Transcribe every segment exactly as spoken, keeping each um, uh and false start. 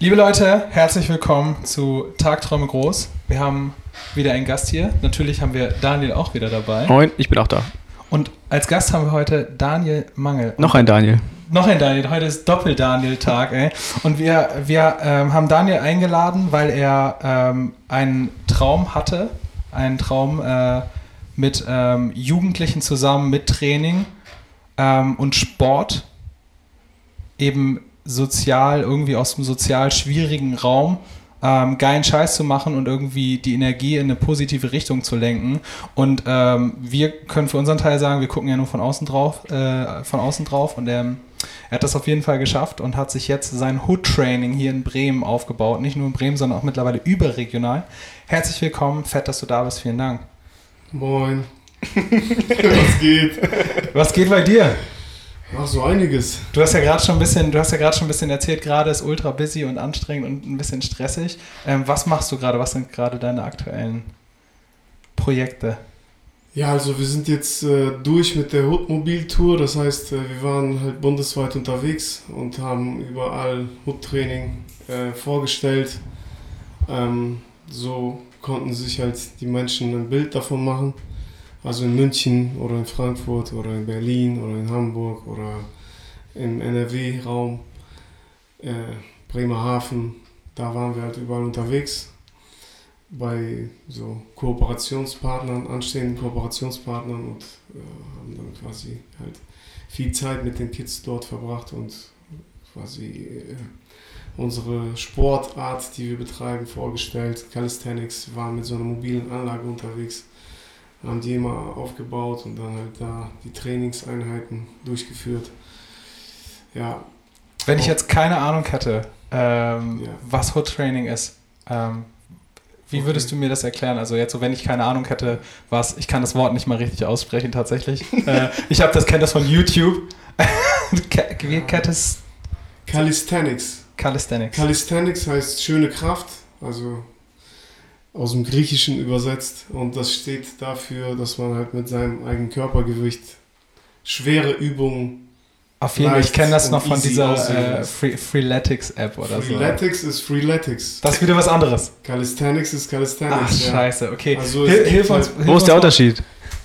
Liebe Leute, herzlich willkommen zu Tagträume groß. Wir haben wieder einen Gast hier. Natürlich haben wir Daniel auch wieder dabei. Moin, ich bin auch da. Und als Gast haben wir heute Daniel Mangel. Noch ein Daniel. Noch ein Daniel. Heute ist Doppel-Daniel-Tag, ey. Und wir, wir ähm, haben Daniel eingeladen, weil er ähm, einen Traum hatte. Einen Traum äh, mit ähm, Jugendlichen zusammen mit Training ähm, und Sport. Eben sozial, irgendwie aus dem sozial schwierigen Raum ähm, geilen Scheiß zu machen und irgendwie die Energie in eine positive Richtung zu lenken. Und ähm, wir können für unseren Teil sagen, wir gucken ja nur von außen drauf, äh, von außen drauf und ähm, er hat das auf jeden Fall geschafft und hat sich jetzt sein Hood-Training hier in Bremen aufgebaut. Nicht nur in Bremen, sondern auch mittlerweile überregional. Herzlich willkommen, fett, dass du da bist, vielen Dank. Moin. Was geht? Was geht bei dir? Ach, so einiges. Du hast ja gerade schon ein bisschen, du hast ja gerade schon ein bisschen erzählt, gerade ist ultra busy und anstrengend und ein bisschen stressig. Ähm, was machst du gerade? Was sind gerade deine aktuellen Projekte? Ja, also wir sind jetzt äh, durch mit der Hood-Mobil-Tour. Das heißt, äh, wir waren halt bundesweit unterwegs und haben überall Hood-Training äh, vorgestellt. Ähm, so konnten sich halt die Menschen ein Bild davon machen. Also in München oder in Frankfurt oder in Berlin oder in Hamburg oder im N R W-Raum, äh, Bremerhaven, da waren wir halt überall unterwegs bei so Kooperationspartnern, anstehenden Kooperationspartnern und äh, haben dann quasi halt viel Zeit mit den Kids dort verbracht und quasi äh, unsere Sportart, die wir betreiben, vorgestellt. Calisthenics, waren mit so einer mobilen Anlage unterwegs. Haben die immer aufgebaut und dann halt da die Trainingseinheiten durchgeführt. Ja. Wenn ich jetzt keine Ahnung hätte, ähm, ja. was Hood-Training ist, ähm, wie okay. würdest du mir das erklären? Also jetzt so, wenn ich keine Ahnung hätte, was, ich kann das Wort nicht mal richtig aussprechen tatsächlich. äh, ich habe das, kenne das von YouTube. Wie Calis- Calisthenics. Calisthenics. Calisthenics heißt schöne Kraft, also aus dem Griechischen übersetzt, und das steht dafür, dass man halt mit seinem eigenen Körpergewicht schwere Übungen auf jeden Fall, ich kenne das noch von dieser äh, Free, Freeletics-App oder Freeletics so. Freeletics ist Freeletics. Das ist wieder was anderes. Calisthenics ist Calisthenics. Ach, ja. scheiße, okay. Also Hil- hilf uns, halt, hilf Wo ist der Unterschied?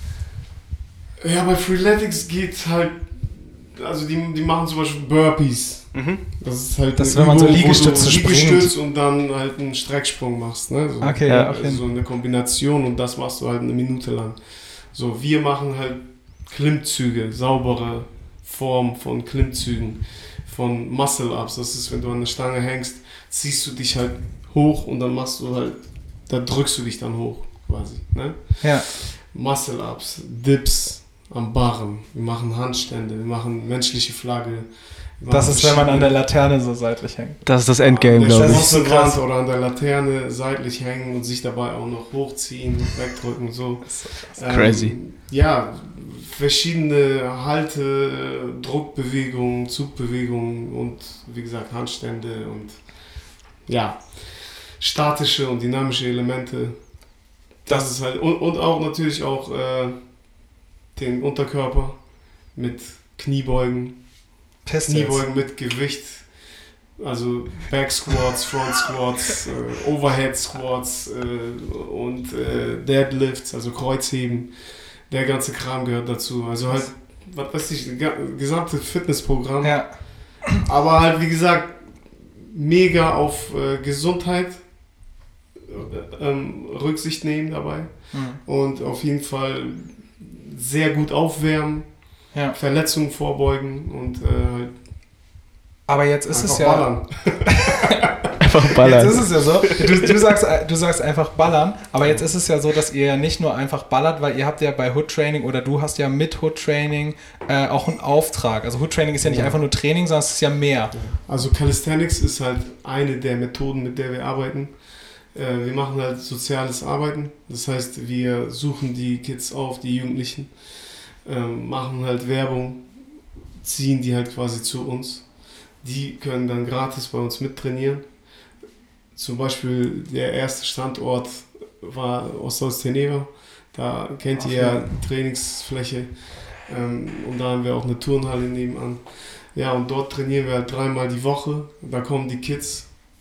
Ja, bei Freeletics geht halt, also die, die machen zum Beispiel Burpees. Mhm. Das ist halt das, eine wenn man so Übung, Liegestütze wo du springt. Liegestütz und dann halt einen Strecksprung machst. Ne? So, Okay, ja, ja, auf jeden so eine Kombination, und das machst du halt eine Minute lang. So, wir machen halt Klimmzüge, saubere Form von Klimmzügen, von Muscle-Ups. Das ist, wenn du an der Stange hängst, ziehst du dich halt hoch und dann machst du halt, da drückst du dich dann hoch quasi. Ne? Ja. Muscle-Ups, Dips am Barren, wir machen Handstände, wir machen menschliche Flagge. Das ist, wenn man an der Laterne so seitlich hängt. Das ist das Endgame, ja, glaube ich. ist so krass. Oder an der Laterne seitlich hängen und sich dabei auch noch hochziehen, wegdrücken, so. Das ist so krass. Ähm, Crazy. Ja, verschiedene Halte, Druckbewegungen, Zugbewegungen und wie gesagt Handstände und ja, statische und dynamische Elemente. Das ist halt, und, und auch natürlich auch äh, den Unterkörper mit Kniebeugen. Pistols. Kniebeugen mit Gewicht, also Back Squats, Front Squats, äh, Overhead Squats äh, und äh, Deadlifts, also Kreuzheben. Der ganze Kram gehört dazu. Also halt, was weiß ich, das gesamte Fitnessprogramm. Ja. Aber halt, wie gesagt, mega auf äh, Gesundheit äh, ähm, Rücksicht nehmen dabei. Mhm. Und auf jeden Fall sehr gut aufwärmen. Ja. Verletzungen vorbeugen und äh, halt Aber jetzt ist es einfach ja. ballern. Einfach ballern. Jetzt ist es ja so, du, du, sagst, du sagst einfach ballern, aber jetzt ist es ja so, dass ihr ja nicht nur einfach ballert, weil ihr habt ja bei Hood Training oder du hast ja mit Hood Training äh, auch einen Auftrag. Also Hood Training ist ja nicht Ja. einfach nur Training, sondern es ist ja mehr. Also Calisthenics ist halt eine der Methoden, mit der wir arbeiten. Äh, wir machen halt soziales Arbeiten. Das heißt, wir suchen die Kids auf, die Jugendlichen, ähm, machen halt Werbung, ziehen die halt quasi zu uns. Die können dann gratis bei uns mittrainieren. Zum Beispiel der erste Standort war Ostholz-Teneva. Da kennt Ach, ihr ja ja. die Trainingsfläche. Ähm, und da haben wir auch eine Turnhalle nebenan. Ja, und dort trainieren wir halt dreimal die Woche. Da kommen die Kids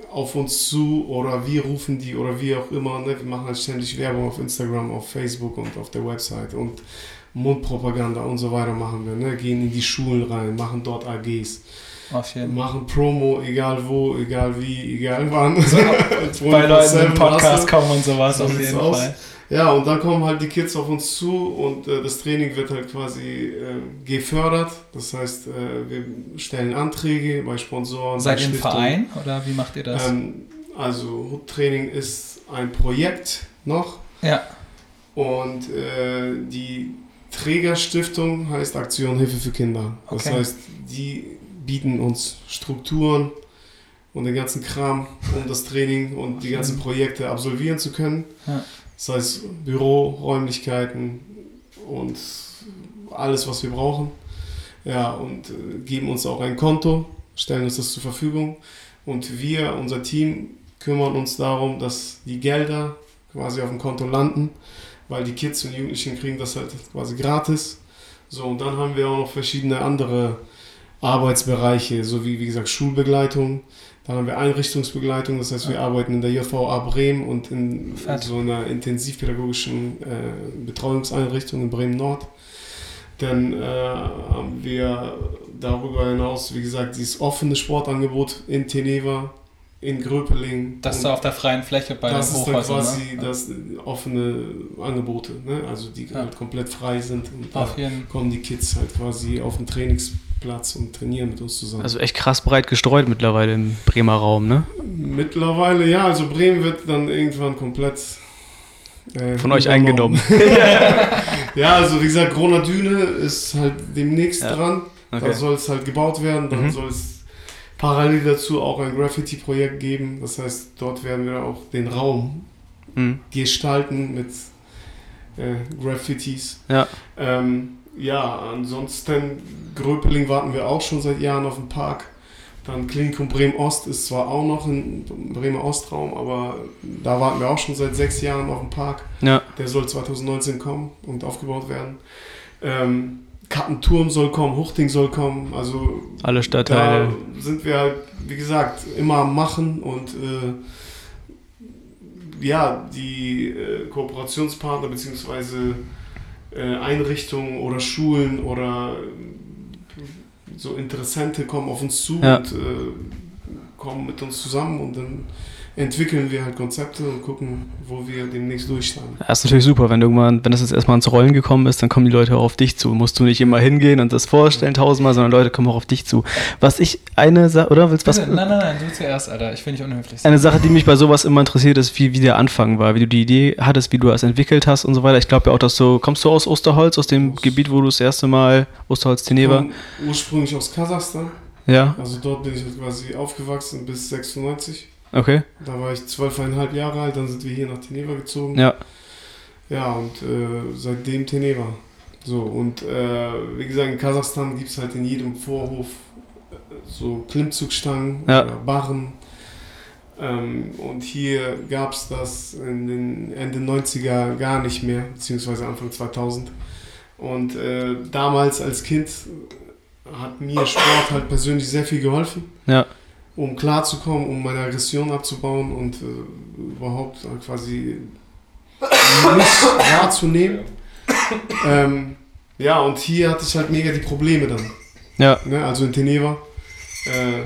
auf uns zu oder wir rufen die oder wie auch immer. Ne? Wir machen halt ständig Werbung auf Instagram, auf Facebook und auf der Website und Mundpropaganda und so weiter machen wir. Ne? Gehen in die Schulen rein, machen dort A Gs. Auf jeden. Machen Promo, egal wo, egal wie, egal wann. So, bei Leuten im Podcast kommen und sowas so auf jeden aus. Fall. Ja, und dann kommen halt die Kids auf uns zu und äh, das Training wird halt quasi äh, gefördert. Das heißt, äh, wir stellen Anträge bei Sponsoren. Seid bei ihr ein Stiftungen. Verein oder wie macht ihr das? Ähm, also Hood Training ist ein Projekt noch Ja, und äh, die Trägerstiftung heißt Aktion Hilfe für Kinder. Das Okay. heißt, die bieten uns Strukturen und den ganzen Kram, um das Training und die ganzen Projekte absolvieren zu können. Ja. Das heißt Büro, Räumlichkeiten und alles, was wir brauchen. Ja, und äh, geben uns auch ein Konto, stellen uns das zur Verfügung. Und wir, unser Team, kümmern uns darum, dass die Gelder quasi auf dem Konto landen, weil die Kids und Jugendlichen kriegen das halt quasi gratis. So, und dann haben wir auch noch verschiedene andere Arbeitsbereiche, so wie, wie gesagt, Schulbegleitung. Dann haben wir Einrichtungsbegleitung, das heißt, wir Ja. arbeiten in der J V A Bremen und in Fett. so einer intensivpädagogischen äh, Betreuungseinrichtung in Bremen-Nord. Dann äh, haben wir darüber hinaus, wie gesagt, dieses offene Sportangebot in Teneva, in Gröpeling. das ist Und da auf der freien Fläche bei das den ist dann Hochhäusern. quasi Ne? das offene Angebote, ne? Also die Ja. halt komplett frei sind und da Auf jeden kommen die Kids halt quasi auf den Trainingsplatz und trainieren mit uns zusammen. Also echt krass breit gestreut mittlerweile im Bremer Raum, ne? Mittlerweile, ja, also Bremen wird dann irgendwann komplett äh, Von euch übernommen. eingenommen. Ja, also wie gesagt, Grona Düne ist halt demnächst Ja. dran. Okay. Da soll es halt gebaut werden, dann Mhm. soll es parallel dazu auch ein Graffiti-Projekt geben. Das heißt, dort werden wir auch den Raum Mhm. gestalten mit äh, Graffitis. Ja. Ähm, ja, ansonsten Gröpeling warten wir auch schon seit Jahren auf den Park. Dann Klinikum Bremen-Ost ist zwar auch noch im Bremer Ostraum, aber da warten wir auch schon seit sechs Jahren auf den Park. Ja. Der soll zwanzig neunzehn kommen und aufgebaut werden. Ähm, Kattenturm soll kommen, Huchting soll kommen, also Alle Stadtteile. da sind wir halt, wie gesagt, immer am Machen und äh, ja, die äh, Kooperationspartner bzw. Äh, Einrichtungen oder Schulen oder äh, so Interessente kommen auf uns zu Ja. und äh, kommen mit uns zusammen und dann entwickeln wir halt Konzepte und gucken, wo wir demnächst durchstarten. Das ist natürlich super, wenn irgendwann, wenn das jetzt erstmal ins Rollen gekommen ist, dann kommen die Leute auch auf dich zu. Musst du nicht immer hingehen und das vorstellen tausendmal, sondern Leute kommen auch auf dich zu. Was ich eine Sache, oder willst du was? Bitte, nein, nein, nein, du zuerst, Alter. Ich will nicht unhöflich sein. Eine Sache, die mich bei sowas immer interessiert, ist, wie, wie der Anfang war, wie du die Idee hattest, wie du das entwickelt hast und so weiter. Ich glaube ja auch, dass du, kommst du aus Osterholz, aus dem Aus- Gebiet, wo du das erste Mal, Osterholz, Ich Teneva? komme ursprünglich aus Kasachstan, Ja, also dort bin ich halt quasi aufgewachsen bis sechsundneunzig. okay. Da war ich zwölfeinhalb Jahre alt, dann sind wir hier nach Teneva gezogen. Ja, Ja, und äh, seitdem Teneva. So, und äh, wie gesagt, in Kasachstan gibt es halt in jedem Vorhof äh, so Klimmzugstangen Ja. oder Barren. Ähm, und hier gab es das in den Ende neunziger gar nicht mehr, beziehungsweise Anfang zweitausend. Und äh, damals als Kind hat mir Sport halt persönlich sehr viel geholfen, ja, um klarzukommen, um meine Aggression abzubauen und äh, überhaupt halt quasi mich wahrzunehmen. Ähm, ja, und hier hatte ich halt mega die Probleme dann. ja, Ne? Also in Teneva. Äh,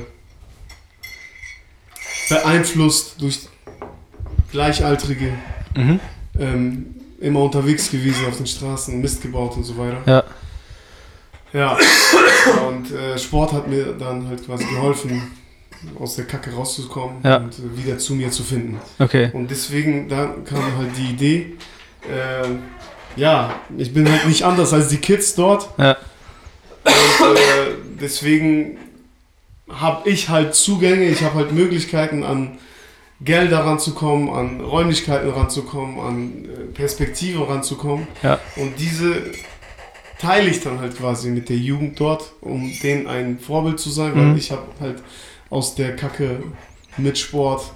beeinflusst durch Gleichaltrige. mhm. Ähm, immer unterwegs gewesen auf den Straßen, Mist gebaut und so weiter. Ja. Ja. Und äh, Sport hat mir dann halt quasi geholfen, aus der Kacke rauszukommen Ja. und äh, wieder zu mir zu finden. Okay. Und deswegen, da kam halt die Idee, äh, ja, ich bin halt nicht anders als die Kids dort. Ja. Und äh, deswegen habe ich halt Zugänge, ich habe halt Möglichkeiten, an Gelder ranzukommen, an Räumlichkeiten ranzukommen, an äh, Perspektiven ranzukommen. Ja. Und diese teile ich dann halt quasi mit der Jugend dort, um denen ein Vorbild zu sein, weil Mhm. ich habe halt aus der Kacke mit Sport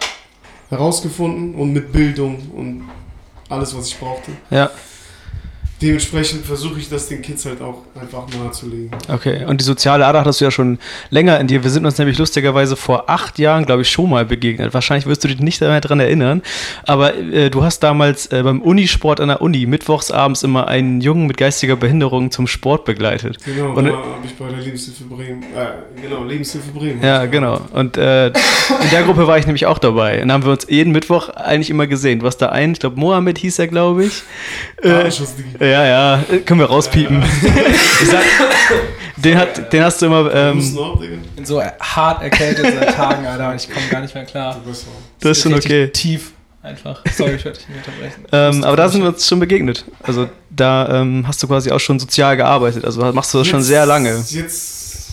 herausgefunden und mit Bildung und alles, was ich brauchte. Ja. dementsprechend versuche ich das den Kids halt auch einfach nahezulegen. Okay, und die soziale Ader hattest du ja schon länger in dir. Wir sind uns nämlich lustigerweise vor acht Jahren, glaube ich, schon mal begegnet. Wahrscheinlich wirst du dich nicht mehr daran erinnern, aber äh, du hast damals äh, beim Unisport an der Uni mittwochsabends immer einen Jungen mit geistiger Behinderung zum Sport begleitet. Genau, und, da habe ich bei der Lebenshilfe Bremen, äh, genau, Lebenshilfe Bremen. Ja, genau. Und äh, in der Gruppe war ich nämlich auch dabei. Und da haben wir uns jeden Mittwoch eigentlich immer gesehen. Du hast da einen, ich glaube Mohammed hieß er, glaube ich. Äh, ja, ja, können wir rauspiepen. Ich sag, den, hat, den hast du immer... Ähm, ich bin so hart erkältet seit Tagen, Alter, und ich komme gar nicht mehr klar. Das ist schon okay. Tief einfach. Sorry, ich werde dich nicht unterbrechen. Ähm, aber da sind wir uns schon begegnet. Also da ähm, hast du quasi auch schon sozial gearbeitet. Also machst du das jetzt, schon sehr lange. Jetzt...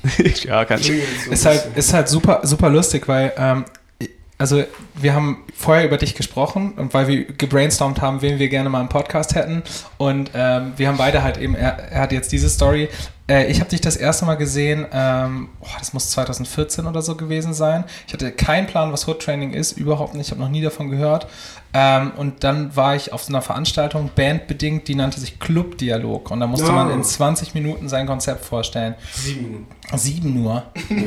ja, kann ich. Ist halt, ist halt super, super lustig, weil... Ähm, Also wir haben vorher über dich gesprochen und weil wir gebrainstormt haben, wen wir gerne mal im Podcast hätten und ähm, wir haben beide halt eben, er, er hat jetzt diese Story, äh, ich habe dich das erste Mal gesehen, ähm, oh, das muss zwanzig vierzehn oder so gewesen sein, ich hatte keinen Plan, was Hood Training ist, überhaupt nicht, ich habe noch nie davon gehört ähm, und dann war ich auf so einer Veranstaltung, bandbedingt, die nannte sich Club Dialog und da musste oh. man in zwanzig Minuten sein Konzept vorstellen. Sieben Minuten. Sieben nur?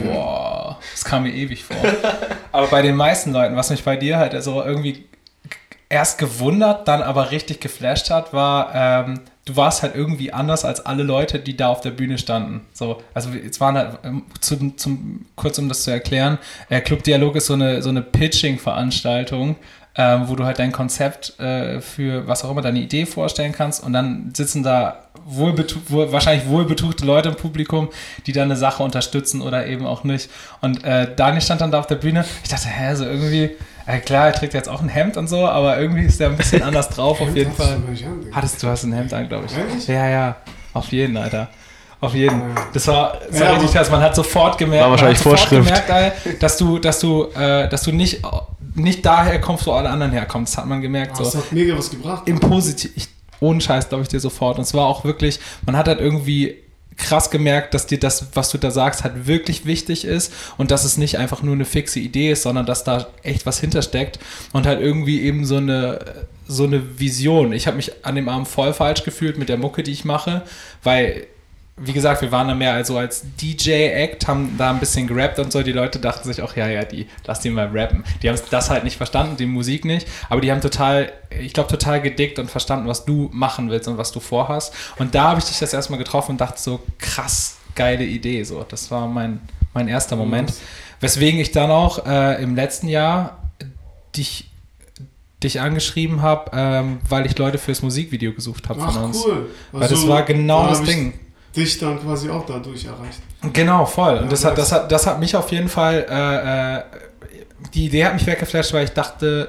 Boah, das kam mir ewig vor. Aber bei den meisten Leuten, was mich bei dir halt also irgendwie erst gewundert, dann aber richtig geflasht hat, war, ähm, du warst halt irgendwie anders als alle Leute, die da auf der Bühne standen. So, also es waren halt, zum, zum, kurz um das zu erklären, äh, Club Dialog ist so eine, so eine Pitching-Veranstaltung, ähm, wo du halt dein Konzept äh, für was auch immer, deine Idee vorstellen kannst und dann sitzen da wohlbetu- wohl, wahrscheinlich wohlbetuchte Leute im Publikum, die dann eine Sache unterstützen oder eben auch nicht. Und äh, Daniel stand dann da auf der Bühne. Ich dachte, hä, so irgendwie, äh, klar, er trägt jetzt auch ein Hemd und so, aber irgendwie ist der ein bisschen anders drauf auf jeden Fall. Du hattest du hast ein Hemd an, glaube ich. Ehrlich? Ja, ja, auf jeden, Alter. Auf jeden. Das war, das war ja, richtig krass. Man hat sofort gemerkt, war wahrscheinlich man hat sofort Vorschrift. gemerkt, Alter, dass du, dass du, äh, dass du nicht, nicht daher kommst, wo alle anderen herkommen. Das hat man gemerkt. Oh, so. Das hat mega was gebracht. Im Positiv. Ich, ohne Scheiß, glaube ich dir sofort. Und es war auch wirklich, man hat halt irgendwie krass gemerkt, dass dir das, was du da sagst, halt wirklich wichtig ist und dass es nicht einfach nur eine fixe Idee ist, sondern dass da echt was hintersteckt und halt irgendwie eben so eine, so eine Vision. Ich habe mich an dem Abend voll falsch gefühlt mit der Mucke, die ich mache, weil, wie gesagt, wir waren da mehr also als D J-Act, haben da ein bisschen gerappt und so. Die Leute dachten sich auch, ja, ja, die, lass die mal rappen. Die haben das halt nicht verstanden, die Musik nicht, aber die haben total, ich glaube, total gedickt und verstanden, was du machen willst und was du vorhast. Und da habe ich dich das erstmal getroffen und dachte so, krass, geile Idee. So, das war mein, mein erster Moment. Weswegen ich dann auch äh, im letzten Jahr dich dich angeschrieben habe, ähm, weil ich Leute fürs Musikvideo gesucht habe von uns. Cool. Weil also, das war genau da das Ding. Dich dann quasi auch dadurch erreicht. Genau, voll. Und ja, das, hat, das, hat, das hat mich auf jeden Fall, äh, äh, die Idee hat mich weggeflasht, weil ich dachte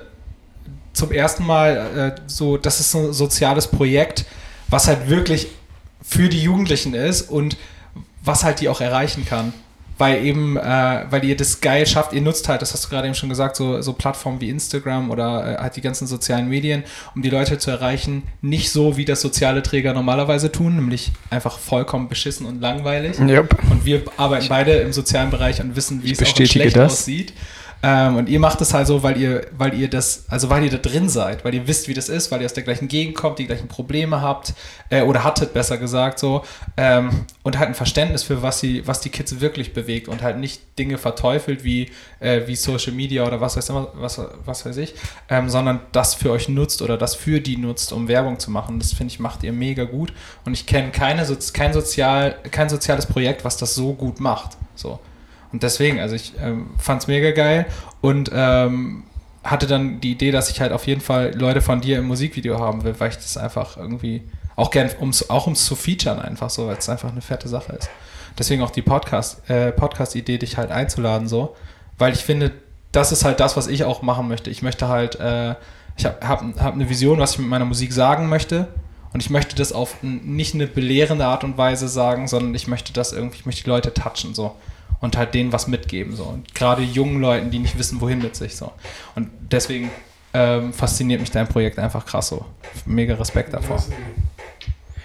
zum ersten Mal, äh, so, das ist so ein soziales Projekt, was halt wirklich für die Jugendlichen ist und was halt die auch erreichen kann. Weil eben, äh, weil ihr das geil schafft, ihr nutzt halt, das hast du gerade eben schon gesagt, so, so Plattformen wie Instagram oder äh, halt die ganzen sozialen Medien, um die Leute zu erreichen, nicht so, wie das soziale Träger normalerweise tun, nämlich einfach vollkommen beschissen und langweilig. Yep. Und wir arbeiten beide im sozialen Bereich und wissen, wie ich es auch schlecht das. aussieht. Ähm, und ihr macht es halt so, weil ihr, weil ihr das, also weil ihr da drin seid, weil ihr wisst, wie das ist, weil ihr aus der gleichen Gegend kommt, die gleichen Probleme habt, äh, oder hattet, besser gesagt, so, ähm, und halt ein Verständnis für was sie, was die Kids wirklich bewegt und halt nicht Dinge verteufelt wie, äh, wie Social Media oder was weiß immer, was, was weiß ich, ähm, sondern das für euch nutzt oder das für die nutzt, um Werbung zu machen. Das finde ich, macht ihr mega gut. Und ich kenne keine, kein Sozial, kein soziales Projekt, was das so gut macht. So. Und deswegen, also ich ähm, fand es mega geil und ähm, hatte dann die Idee, dass ich halt auf jeden Fall Leute von dir im Musikvideo haben will, weil ich das einfach irgendwie auch gern, um's, auch um es zu featuren einfach so, weil es einfach eine fette Sache ist. Deswegen auch die Podcast, äh, Podcast-Idee, dich halt einzuladen so, weil ich finde, das ist halt das, was ich auch machen möchte. Ich möchte halt, äh, ich habe hab, hab eine Vision, was ich mit meiner Musik sagen möchte. Und ich möchte das auf n- nicht eine belehrende Art und Weise sagen, sondern ich möchte das irgendwie, ich möchte die Leute touchen so. Und halt denen was mitgeben. So. Und gerade jungen Leuten, die nicht wissen, wohin mit sich. So. Und deswegen ähm, fasziniert mich dein Projekt einfach krass so. Mega Respekt davor.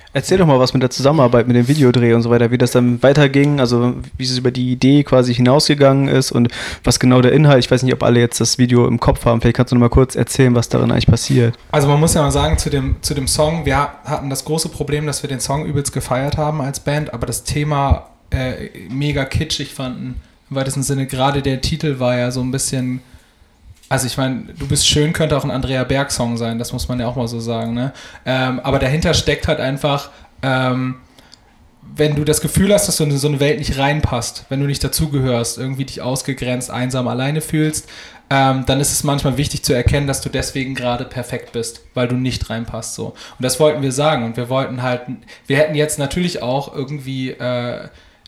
Erzähl doch mal was mit der Zusammenarbeit, mit dem Videodreh und so weiter, wie das dann weiterging, also wie es über die Idee quasi hinausgegangen ist und was genau der Inhalt, ich weiß nicht, ob alle jetzt das Video im Kopf haben, vielleicht kannst du noch mal kurz erzählen, was darin eigentlich passiert. Also man muss ja mal sagen, zu dem, zu dem Song, wir hatten das große Problem, dass wir den Song übelst gefeiert haben als Band, aber das Thema äh, mega kitschig fanden, im weitesten Sinne, gerade der Titel war ja so ein bisschen... Also ich meine, Du bist schön könnte auch ein Andrea Berg-Song sein, das muss man ja auch mal so sagen, ne? Ähm, aber dahinter steckt halt einfach, ähm, wenn du das Gefühl hast, dass du in so eine Welt nicht reinpasst, wenn du nicht dazugehörst, irgendwie dich ausgegrenzt, einsam, alleine fühlst, ähm, dann ist es manchmal wichtig zu erkennen, dass du deswegen gerade perfekt bist, weil du nicht reinpasst, so. Und das wollten wir sagen und wir wollten halt, wir hätten jetzt natürlich auch irgendwie... Äh,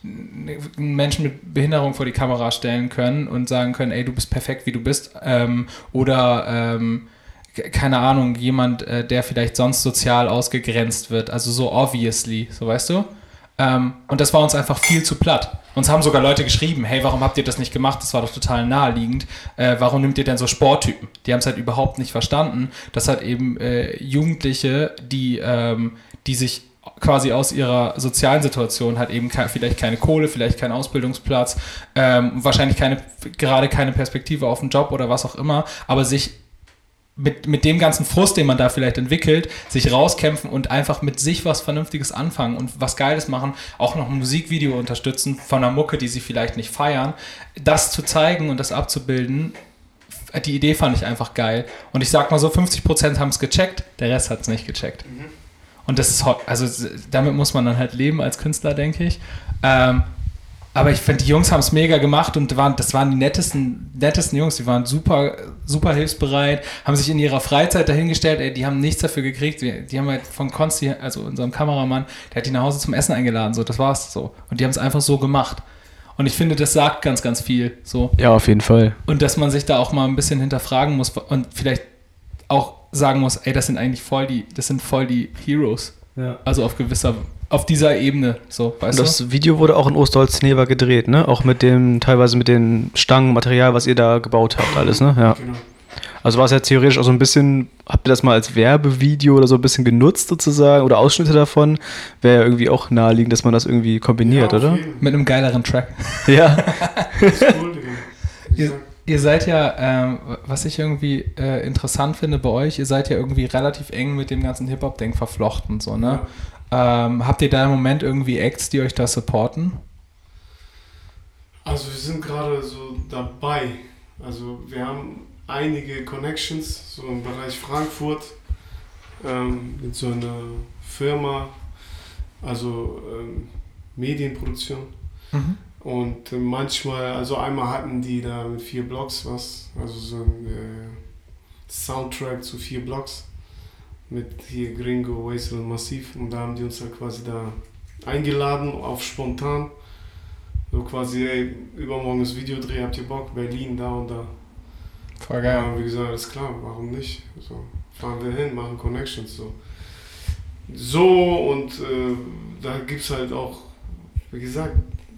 einen Menschen mit Behinderung vor die Kamera stellen können und sagen können, ey, du bist perfekt, wie du bist. Ähm, oder, ähm, keine Ahnung, jemand, äh, der vielleicht sonst sozial ausgegrenzt wird. Also so obviously, so weißt du? Ähm, und das war uns einfach viel zu platt. Uns haben sogar Leute geschrieben, hey, warum habt ihr das nicht gemacht? Das war doch total naheliegend. Äh, warum nimmt ihr denn so Sporttypen? Die haben es halt überhaupt nicht verstanden, dass halt eben äh, Jugendliche, die, ähm, die sich quasi aus ihrer sozialen Situation hat eben ke- vielleicht keine Kohle, vielleicht keinen Ausbildungsplatz, ähm, wahrscheinlich keine, gerade keine Perspektive auf einen Job oder was auch immer, aber sich mit, mit dem ganzen Frust, den man da vielleicht entwickelt, sich rauskämpfen und einfach mit sich was Vernünftiges anfangen und was Geiles machen, auch noch ein Musikvideo unterstützen von einer Mucke, die sie vielleicht nicht feiern, das zu zeigen und das abzubilden, die Idee fand ich einfach geil. Und ich sag mal so, fünfzig Prozent haben es gecheckt, der Rest hat es nicht gecheckt. Mhm. Und das ist, also damit muss man dann halt leben als Künstler, denke ich. Ähm, aber ich finde, die Jungs haben es mega gemacht und waren, das waren die nettesten, nettesten Jungs, die waren super, super hilfsbereit, haben sich in ihrer Freizeit dahingestellt, ey, die haben nichts dafür gekriegt. Die, die haben halt von Konsti, also unserem Kameramann, der hat die nach Hause zum Essen eingeladen, so, das war's so. Und die haben es einfach so gemacht. Und ich finde, das sagt ganz, ganz viel. So. Ja, auf jeden Fall. Und dass man sich da auch mal ein bisschen hinterfragen muss und vielleicht auch sagen muss, ey, das sind eigentlich voll die, das sind voll die Heroes. Ja. Also auf gewisser, auf dieser Ebene, so, weißt und das du? Video wurde auch in Osterholz-Neva gedreht, ne? Auch mit dem, teilweise mit den Stangen, Material, was ihr da gebaut habt, alles, ne? Ja. Genau. Also war es ja theoretisch auch so ein bisschen, habt ihr das mal als Werbevideo oder so ein bisschen genutzt sozusagen oder Ausschnitte davon? Wäre ja irgendwie auch naheliegend, dass man das irgendwie kombiniert, ja, oder? Mit einem geileren Track. Ja. Das ist cool, Digga. Ihr, ihr seid ja, ähm, was ich irgendwie äh, interessant finde bei euch, ihr seid ja irgendwie relativ eng mit dem ganzen Hip-Hop-Ding verflochten, so, ne? Ja. Ähm, habt ihr da im Moment irgendwie Acts, die euch da supporten? Also wir sind gerade so dabei. Also wir haben einige Connections, so im Bereich Frankfurt, ähm, mit so einer Firma, also ähm, Medienproduktion. Mhm. Und äh, manchmal, also einmal hatten die da mit vier Blocks was, also so ein äh, Soundtrack zu vier Blocks mit hier Gringo, Waisel und Massiv, und da haben die uns dann quasi da eingeladen auf spontan. So quasi, ey, übermorgen ist Videodreh, habt ihr Bock? Berlin, da und da. Voll geil. Ja, wie gesagt, alles klar, warum nicht? So, fahren wir hin, machen Connections. So, so und äh, da gibt es halt auch, wie gesagt,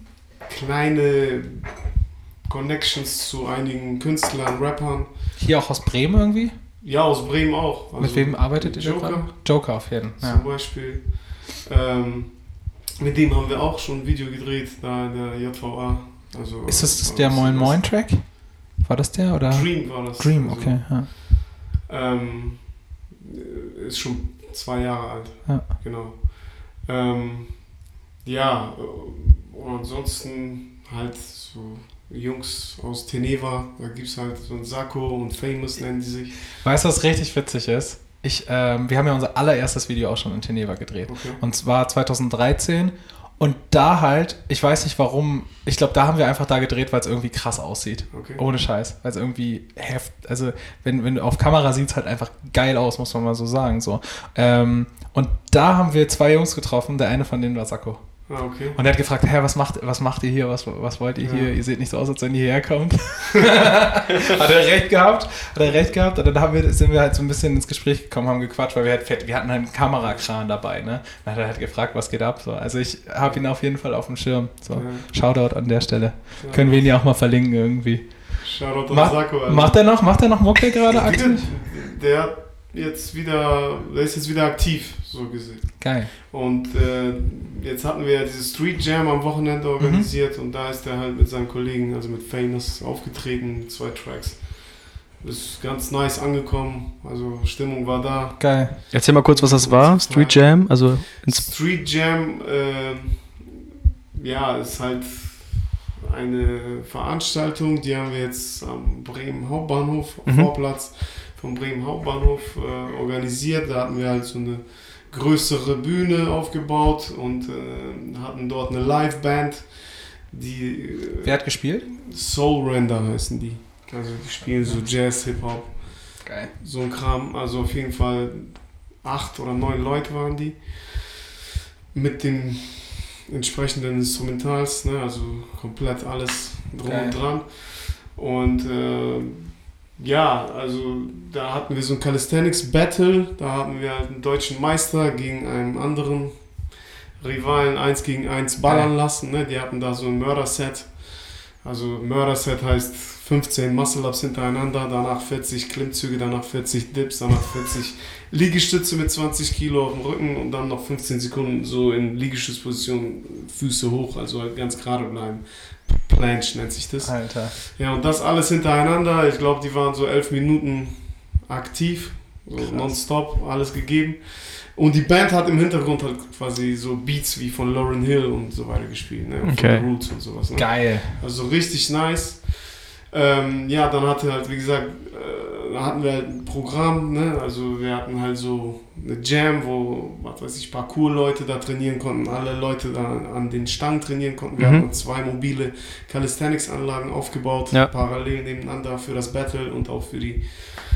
kleine Connections zu einigen Künstlern, Rappern. Hier auch aus Bremen irgendwie? Ja, aus Bremen auch. Also mit wem arbeitet ihr Joker? Joker? Joker auf jeden Fall. Zum ja. Beispiel. Ähm, mit dem haben wir auch schon ein Video gedreht, da in der J V A. Also, ist das der Moin Moin Track? War das der? Oder? Dream war das. Dream, okay. Also, ja. ähm, ist schon zwei Jahre alt. Ja. Genau. Ähm, ja, und ansonsten halt so Jungs aus Teneva, da gibt es halt so ein Sakko und Famous nennen die sich. Weißt du, was richtig witzig ist? Ich, ähm, wir haben ja unser allererstes Video auch schon in Teneva gedreht. Okay. Und zwar zwanzig dreizehn. Und da halt, ich weiß nicht warum, ich glaube, da haben wir einfach da gedreht, weil es irgendwie krass aussieht. Okay. Ohne Scheiß. Weil es irgendwie heft, also wenn, wenn du auf Kamera sieht es halt einfach geil aus, muss man mal so sagen. So. Ähm, und da haben wir zwei Jungs getroffen, der eine von denen war Sakko. Ah, okay. Und er hat gefragt, hä, was macht, was macht ihr hier, was, was wollt ihr ja. hier, ihr seht nicht so aus, als wenn ihr hierher kommt. Hat er recht gehabt, hat er recht gehabt, und dann haben wir, sind wir halt so ein bisschen ins Gespräch gekommen, haben gequatscht, weil wir halt, wir hatten halt einen Kamerakran dabei, ne, dann hat er halt gefragt, was geht ab, so, also ich habe ihn auf jeden Fall auf dem Schirm, so, ja. Shoutout an der Stelle, ja. Können wir ihn ja auch mal verlinken irgendwie. Shoutout an Mach, Sakko, Alter. Macht er noch, macht er noch Mucke gerade aktiv? Der jetzt wieder, der ist jetzt wieder aktiv, so gesehen. Geil. Und äh, jetzt hatten wir ja diese Street Jam am Wochenende organisiert mhm. und da ist er halt mit seinen Kollegen, also mit Famous, aufgetreten mit zwei Tracks. Ist ganz nice angekommen, also Stimmung war da. Geil. Erzähl mal kurz, was das war, Street Jam? Also Street Jam, äh, ja, ist halt eine Veranstaltung, die haben wir jetzt am Bremen Hauptbahnhof, mhm. Vorplatz vom Bremen Hauptbahnhof äh, organisiert. Da hatten wir halt so eine größere Bühne aufgebaut und äh, hatten dort eine Liveband, die... Äh, Wer hat gespielt? Soul Render heißen die. Also die spielen so Jazz, Hip-Hop, geil. So ein Kram. Also auf jeden Fall acht oder neun Leute waren die. Mit den entsprechenden Instrumentals, ne? Also komplett alles drum geil. Und dran. Und äh, ja, also da hatten wir so ein Calisthenics Battle. Da hatten wir halt einen deutschen Meister gegen einen anderen Rivalen eins gegen eins ballern geil. Lassen. Ne? Die hatten da so ein Mörder-Set. Also Mörder-Set heißt fünfzehn Muscle-Ups hintereinander, danach vierzig Klimmzüge, danach vierzig Dips, danach vierzig Liegestütze mit zwanzig Kilo auf dem Rücken und dann noch fünfzehn Sekunden so in Liegestützposition, Füße hoch, also halt ganz gerade bleiben. Planche nennt sich das. Alter. Ja, und das alles hintereinander. Ich glaube, die waren so elf Minuten aktiv, so nonstop, alles gegeben. Und die Band hat im Hintergrund halt quasi so Beats wie von Lauryn Hill und so weiter gespielt, ne? Okay. Von Roots und sowas. Ne? Geil. Also richtig nice. Ähm, ja, dann hatte halt, wie gesagt, äh, hatten wir halt ein Programm, ne? Also wir hatten halt so eine Jam, wo, was weiß ich, Parkour-Leute da trainieren konnten, alle Leute da an den Stangen trainieren konnten. Wir mhm. hatten zwei mobile Calisthenics-Anlagen aufgebaut, ja. parallel nebeneinander für das Battle und auch für die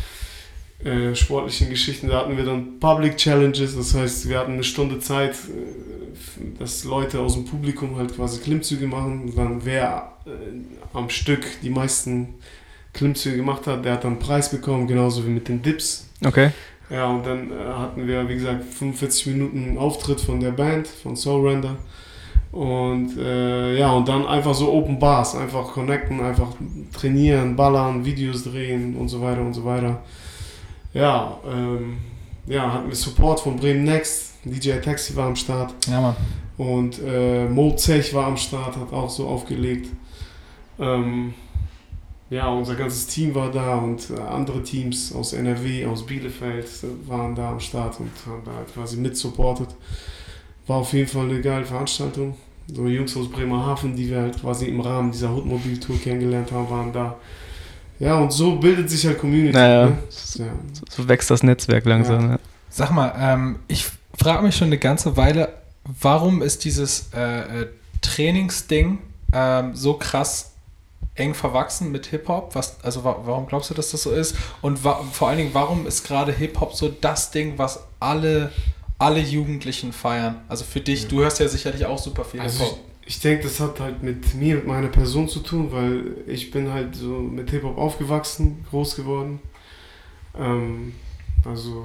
äh, sportlichen Geschichten. Da hatten wir dann Public Challenges, das heißt, wir hatten eine Stunde Zeit, äh, dass Leute aus dem Publikum halt quasi Klimmzüge machen und dann wer äh, am Stück die meisten Klimmzüge gemacht hat, der hat dann einen Preis bekommen, genauso wie mit den Dips. Okay. Ja, und dann äh, hatten wir, wie gesagt, fünfundvierzig Minuten Auftritt von der Band, von Soul Render. Und äh, ja, und dann einfach so Open Bars, einfach connecten, einfach trainieren, ballern, Videos drehen und so weiter und so weiter. Ja, ähm, ja, hatten wir Support von Bremen Next, D J Taxi war am Start. Ja, Mann. Und äh, Mo Zech war am Start, hat auch so aufgelegt. Ähm, ja, unser ganzes Team war da und äh, andere Teams aus N R W, aus Bielefeld äh, waren da am Start und haben da halt quasi mit supportet. War auf jeden Fall eine geile Veranstaltung. So Jungs aus Bremerhaven, die wir halt quasi im Rahmen dieser Hoodmobil-Tour kennengelernt haben, waren da. Ja, und so bildet sich halt Community. Naja, ne? so, so wächst das Netzwerk langsam. Ja. Ja. Sag mal, ähm, ich frage mich schon eine ganze Weile, warum ist dieses äh, Trainingsding ähm, so krass eng verwachsen mit Hip-Hop? Was, also wa- warum glaubst du, dass das so ist? Und wa- vor allen Dingen, warum ist gerade Hip-Hop so das Ding, was alle, alle Jugendlichen feiern? Also für dich, ja. Du hörst ja sicherlich auch super viel also Hip-Hop. Ich, ich denke, das hat halt mit mir, mit meiner Person zu tun, weil ich bin halt so mit Hip-Hop aufgewachsen, groß geworden. Ähm, also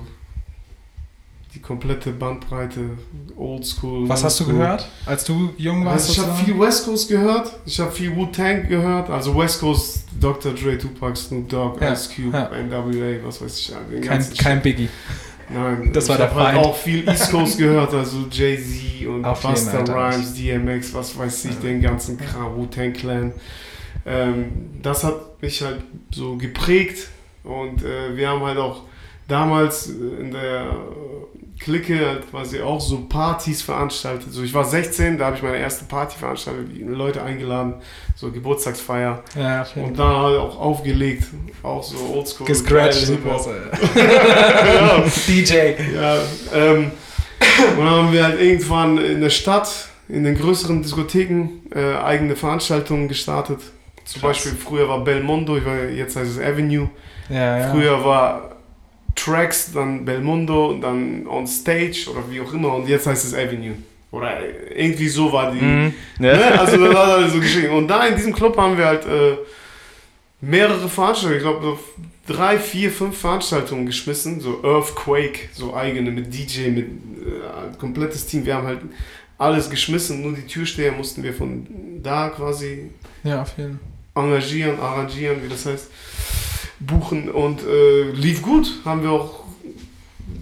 die komplette Bandbreite, Oldschool. Was hast du gehört, als du jung warst? Also ich habe viel West Coast gehört, ich habe viel Wu-Tang gehört, also West Coast, Doktor Dre, Tupac, Snoop Dogg, ja. Ice Cube, ja. N W A, was weiß ich. Den kein, kein Biggie. Nein, das ich war der habe halt Feind. auch viel East Coast gehört, also Jay-Z und Auf Busta jeden, Rhymes, D M X, was weiß ich, ja. den ganzen Kram, Wu-Tang Clan. Ähm, das hat mich halt so geprägt und äh, wir haben halt auch damals in der Clique halt quasi auch so Partys veranstaltet. So, ich war sechzehn, da habe ich meine erste Party veranstaltet, Leute eingeladen, so Geburtstagsfeier. Ja, okay. Und da halt auch aufgelegt, auch so oldschool. Gescratcht. Ja. D J. Ja, ähm, und dann haben wir halt irgendwann in der Stadt, in den größeren Diskotheken, äh, eigene Veranstaltungen gestartet. Zum Krass. Beispiel, früher war Belmondo, ich war, jetzt heißt es Avenue. Ja, ja. Früher war Tracks, dann Belmondo, dann On Stage oder wie auch immer und jetzt heißt es Avenue. Oder irgendwie so war die. Mm, ja. Ne? Also das war halt so geschehen. Und da in diesem Club haben wir halt äh, mehrere Veranstaltungen, ich glaube drei, vier, fünf Veranstaltungen geschmissen, so Earthquake, so eigene mit D J, mit äh, komplettes Team. Wir haben halt alles geschmissen, nur die Türsteher mussten wir von da quasi ja, auf jeden. engagieren, arrangieren, wie das heißt. Buchen und äh, lief gut, haben wir auch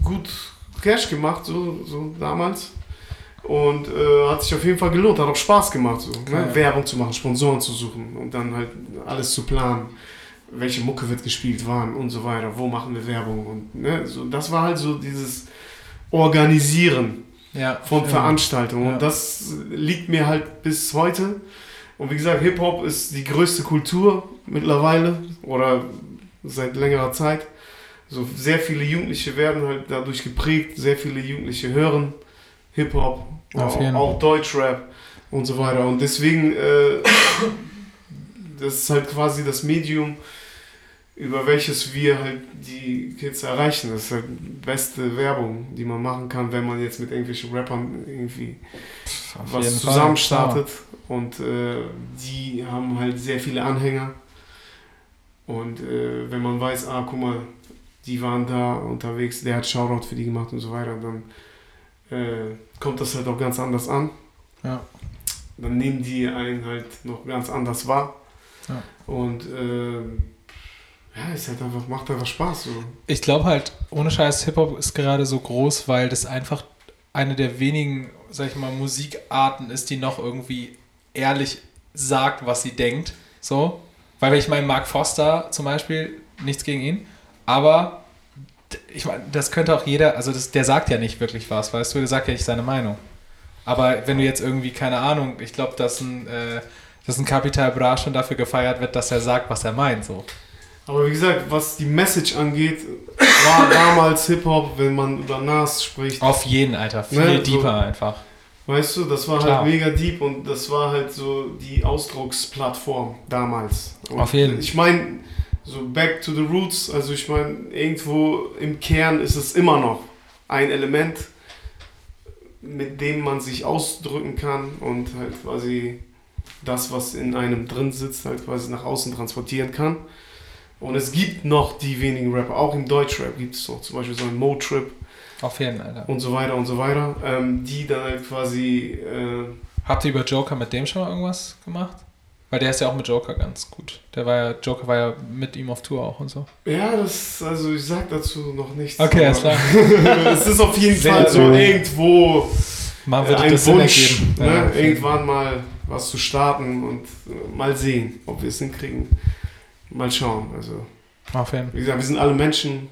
gut Cash gemacht, so, so damals. Und äh, hat sich auf jeden Fall gelohnt, hat auch Spaß gemacht, so, ne? Werbung zu machen, Sponsoren zu suchen und dann halt alles zu planen. Welche Mucke wird gespielt, wann und so weiter, wo machen wir Werbung. Und, ne? so, das war halt so dieses Organisieren ja, von ja. Veranstaltungen. Ja. Und das liegt mir halt bis heute. Und wie gesagt, Hip-Hop ist die größte Kultur mittlerweile oder seit längerer Zeit. So sehr viele Jugendliche werden halt dadurch geprägt, sehr viele Jugendliche hören Hip-Hop, auch, auch Deutschrap und so weiter. Und deswegen, äh, das ist halt quasi das Medium, über welches wir halt die Kids erreichen. Das ist halt die beste Werbung, die man machen kann, wenn man jetzt mit irgendwelchen Rappern irgendwie Auf was zusammen startet. Und äh, die haben halt sehr viele Anhänger. Und äh, wenn man weiß, ah, guck mal, die waren da unterwegs, der hat Shoutout für die gemacht und so weiter, dann äh, kommt das halt auch ganz anders an. Ja. Dann nehmen die einen halt noch ganz anders wahr. Ja. Und äh, ja, es halt einfach, macht einfach Spaß. So. Ich glaube halt, ohne Scheiß, Hip-Hop ist gerade so groß, weil das einfach eine der wenigen, sag ich mal, Musikarten ist, die noch irgendwie ehrlich sagt, was sie denkt. So. Weil wenn ich meine, Mark Foster zum Beispiel, nichts gegen ihn, aber ich meine, das könnte auch jeder, also das, der sagt ja nicht wirklich was, weißt du, der sagt ja nicht seine Meinung. Aber wenn du jetzt irgendwie, keine Ahnung, ich glaube, dass ein, äh, dass ein Capital Bra schon dafür gefeiert wird, dass er sagt, was er meint, so. Aber wie gesagt, was die Message angeht, war damals Hip-Hop, wenn man über Nas spricht. Auf jeden, Alter. Viel ne, deeper so, einfach. Weißt du, das war Klar. halt mega deep und das war halt so die Ausdrucksplattform damals. Und auf jeden. Ich meine, so back to the roots, also ich meine, irgendwo im Kern ist es immer noch ein Element, mit dem man sich ausdrücken kann und halt quasi das, was in einem drin sitzt, halt quasi nach außen transportieren kann. Und es gibt noch die wenigen Rapper, auch im Deutschrap gibt es noch zum Beispiel so einen Mo-Trip. Auf jeden, Alter. Und so weiter und so weiter, ähm, die dann halt quasi... Äh, Habt ihr über Joker mit dem schon mal irgendwas gemacht? Weil der ist ja auch mit Joker ganz gut. Der war ja, Joker war ja mit ihm auf Tour auch und so. Ja, das, also ich sag dazu noch nichts. Okay, alles klar. Es ist auf jeden Sehr Fall so gut. irgendwo Man würde ein das Wunsch, Sinn ergeben. ne? Ja, okay. Irgendwann mal was zu starten und äh, mal sehen, ob wir es hinkriegen. Mal schauen. Also, Auf jeden. wie gesagt, wir sind alle Menschen.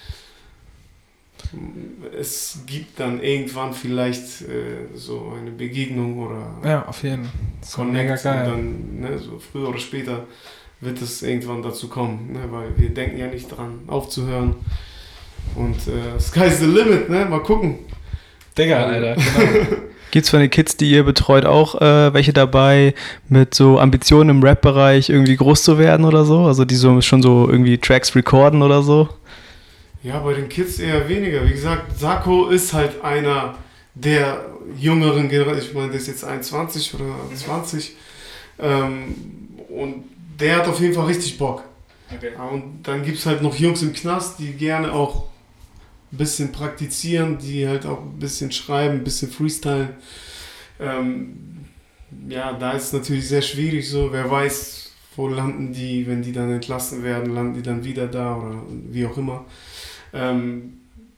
Es gibt dann irgendwann vielleicht äh, so eine Begegnung oder Ja, auf jeden. So mega Connect geil. und dann, ne, so früher oder später wird es irgendwann dazu kommen, ne, weil wir denken ja nicht dran aufzuhören und äh, sky's the limit, ne, mal gucken. Digga, Alter, genau. Gibt's von den Kids, die ihr betreut, auch äh, welche dabei mit so Ambitionen im Rap-Bereich irgendwie groß zu werden oder so? Also die so schon so irgendwie Tracks recorden oder so? Ja, bei den Kids eher weniger. Wie gesagt, Sako ist halt einer der jüngeren Generation. Ich meine, der ist jetzt einundzwanzig oder zwanzig. Ähm, und der hat auf jeden Fall richtig Bock. Okay. Und dann gibt es halt noch Jungs im Knast, die gerne auch ein bisschen praktizieren, die halt auch ein bisschen schreiben, ein bisschen freestylen. Ähm, ja, da ist es natürlich sehr schwierig so. Wer weiß, wo landen die, wenn die dann entlassen werden, landen die dann wieder da oder wie auch immer. Ähm,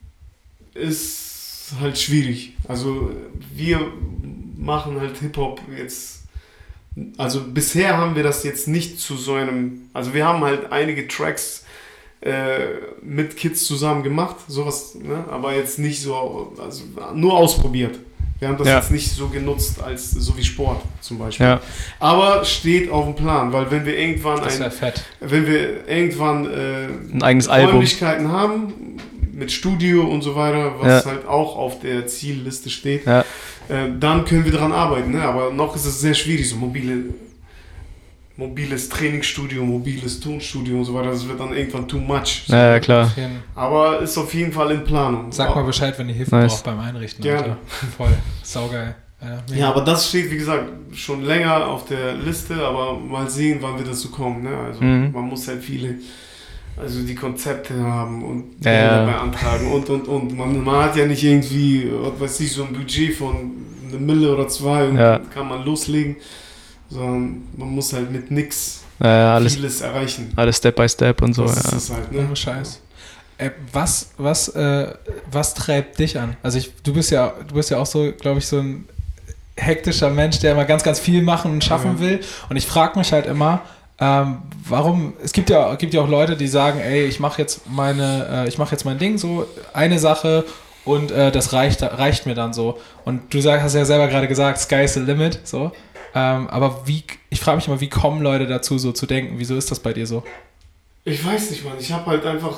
ist halt schwierig. Also wir machen halt Hip-Hop jetzt, also bisher haben wir das jetzt nicht zu so einem, also wir haben halt einige Tracks äh, mit Kids zusammen gemacht, sowas, ne? Aber jetzt nicht so, also nur ausprobiert. Wir haben das Ja. jetzt nicht so genutzt als so wie Sport zum Beispiel. Ja. Aber steht auf dem Plan, weil wenn wir irgendwann Das ein, wäre fett. wenn wir irgendwann äh, Ein eigenes Album. Räumlichkeiten haben mit Studio und so weiter, was Ja. halt auch auf der Zielliste steht, Ja. äh, dann können wir daran arbeiten. Ne? Aber noch ist es sehr schwierig, so mobile, mobiles Trainingsstudio, mobiles Tonstudio und so weiter. Das wird dann irgendwann too much. So. Ja, ja, klar. Auf jeden. Aber ist auf jeden Fall in Planung. Sag mal Bescheid, wenn ihr Hilfe Nice. braucht beim Einrichten. Gerne. Alter. Voll. Saugeil. Ja, mega. Ja, aber das steht, wie gesagt, schon länger auf der Liste, aber mal sehen, wann wir dazu kommen. Ne? Also Mhm. man muss halt viele, also die Konzepte haben und Ja, Gelder ja. beantragen und, und, und. Man, man hat ja nicht irgendwie, was weiß ich, so ein Budget von eine Mille oder zwei und Ja. kann man loslegen, sondern man muss halt mit nix Ja, ja, alles, vieles erreichen. alles Step by Step und so. das ist Ja. es halt, Ohne ne? Scheiß. Äh, was, was, äh, was treibt dich an? Also ich, du bist ja, du bist ja auch so, glaube ich, so ein hektischer Mensch, der immer ganz, ganz viel machen und schaffen mhm. will. Und ich frage mich halt immer, ähm, warum, es gibt ja, gibt ja auch Leute, die sagen, ey, ich mache jetzt meine, äh, ich mache jetzt mein Ding, so eine Sache und äh, das reicht, reicht mir dann so. Und du sag, hast ja selber gerade gesagt, sky's the limit, so. Ähm, aber wie, ich frage mich immer, wie kommen Leute dazu, so zu denken? Wieso ist das bei dir so? Ich weiß nicht, Mann. Ich habe halt einfach,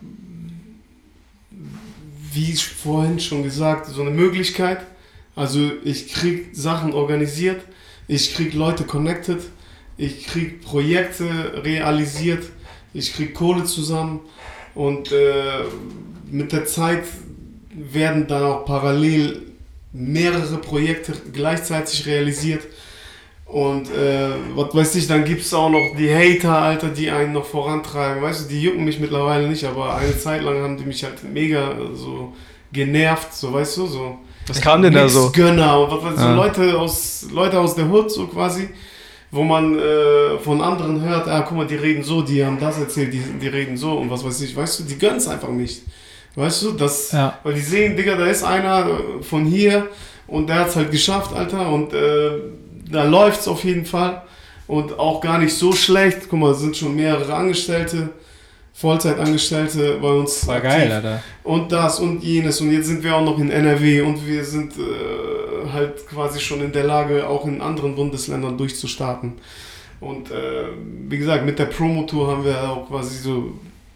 wie ich vorhin schon gesagt, so eine Möglichkeit. Also ich krieg Sachen organisiert, ich krieg Leute connected, ich krieg Projekte realisiert, ich krieg Kohle zusammen und äh, mit der Zeit werden dann auch parallel mehrere Projekte gleichzeitig realisiert. Und äh, was weiß ich, dann gibt es auch noch die Hater, Alter, die einen noch vorantreiben. Weißt du, die jucken mich mittlerweile nicht, aber eine Zeit lang haben die mich halt mega so genervt, so weißt du, so. Was kam denn da so? Gönner und was weiß ich, ja. so Leute aus, Leute aus der Hood, so quasi, wo man äh, von anderen hört, ah, guck mal, die reden so, die haben das erzählt, die, die reden so und was weiß ich, weißt du, die gönnen es einfach nicht. Weißt du, das, ja. weil die sehen, Digga, da ist einer von hier und der hat es halt geschafft, Alter, und äh, da läuft es auf jeden Fall und auch gar nicht so schlecht. Guck mal, es sind schon mehrere Angestellte, Vollzeitangestellte bei uns. War geil, Alter. Und das und jenes und jetzt sind wir auch noch in N R W und wir sind äh, halt quasi schon in der Lage, auch in anderen Bundesländern durchzustarten. Und äh, wie gesagt, mit der Promotour haben wir auch quasi so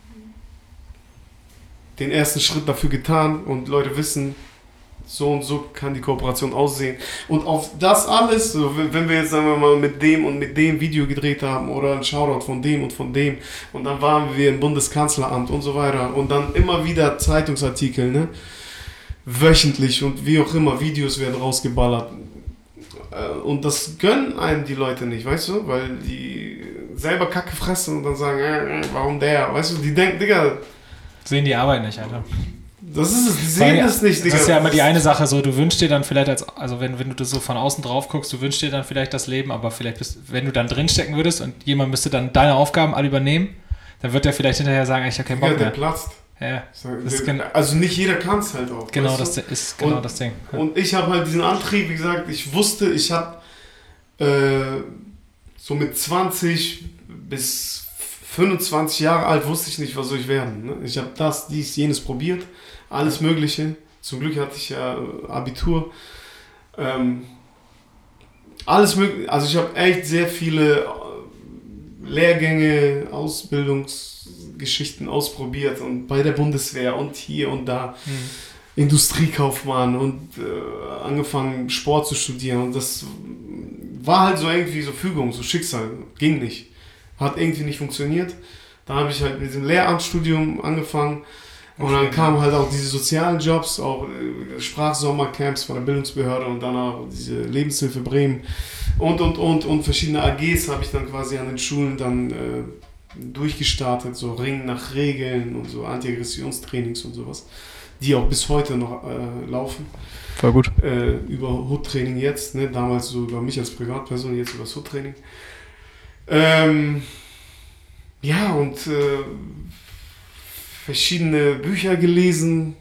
den ersten Schritt dafür getan und Leute wissen, so und so kann die Kooperation aussehen. Und auf das alles, so, wenn wir jetzt sagen wir mal mit dem und mit dem Video gedreht haben oder ein Shoutout von dem und von dem und dann waren wir im Bundeskanzleramt und so weiter und dann immer wieder Zeitungsartikel, ne? Wöchentlich und wie auch immer, Videos werden rausgeballert. Und das gönnen einem die Leute nicht, weißt du? Weil die selber Kacke fressen und dann sagen, äh, warum der? Weißt du, die denken, Digga... Sehen die Arbeit nicht, Alter. Das ist es, die sehen das nicht, Digga. Das ist ja immer die eine Sache so, du wünschst dir dann vielleicht, als, also wenn, wenn du das so von außen drauf guckst, du wünschst dir dann vielleicht das Leben, aber vielleicht bist, wenn du dann drinstecken würdest und jemand müsste dann deine Aufgaben alle übernehmen, dann wird der vielleicht hinterher sagen, ich habe keinen Bock ja, der mehr. platzt. Ja, das ist also nicht jeder kann es halt auch. Genau, das du? ist genau und, das Ding. Ja. Und ich habe halt diesen Antrieb, wie gesagt, ich wusste, ich habe äh, so mit zwanzig bis fünfundzwanzig Jahre alt, wusste ich nicht, was soll ich werden. Ne? Ich habe das, dies, jenes probiert, alles Mögliche. Zum Glück hatte ich ja Abitur. Ähm, alles mögliche, also ich habe echt sehr viele Lehrgänge, Ausbildungsgeschichten ausprobiert und bei der Bundeswehr und hier und da. Mhm. Industriekaufmann und äh, angefangen Sport zu studieren und das war halt so irgendwie so Fügung, so Schicksal, ging nicht. Hat irgendwie nicht funktioniert. Da habe ich halt mit dem Lehramtsstudium angefangen und dann kamen halt auch diese sozialen Jobs, auch Sprachsommercamps von der Bildungsbehörde und dann auch diese Lebenshilfe Bremen und und und und verschiedene A Gs habe ich dann quasi an den Schulen dann äh, durchgestartet, so Ringen nach Regeln und so Antiaggressionstrainings und sowas, die auch bis heute noch äh, laufen. Voll gut. Äh, über Hood-Training jetzt, ne? Damals so über mich als Privatperson, jetzt über das Hood-Training. Ähm, ja, und äh, verschiedene Bücher gelesen,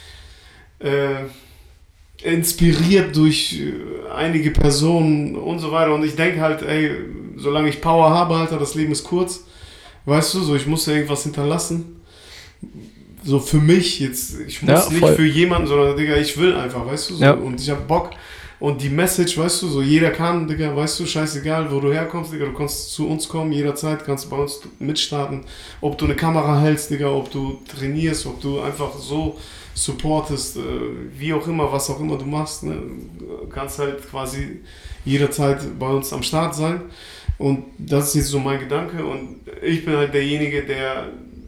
äh, inspiriert durch äh, einige Personen und so weiter. Und ich denke halt, ey, solange ich Power habe, Alter, das Leben ist kurz. Weißt du, so ich muss ja irgendwas hinterlassen. So für mich jetzt, ich muss ja, nicht für jemanden, sondern, Digga, ich will einfach, weißt du, so. Ja. Und ich hab Bock. Und die Message, weißt du, so jeder kann, Digga, weißt du, scheißegal, wo du herkommst, Digga, du kannst zu uns kommen, jederzeit, kannst bei uns mitstarten. Ob du eine Kamera hältst, Digga, ob du trainierst, ob du einfach so supportest, äh, wie auch immer, was auch immer du machst, ne, kannst halt quasi jederzeit bei uns am Start sein. Und das ist jetzt so mein Gedanke und ich bin halt derjenige, der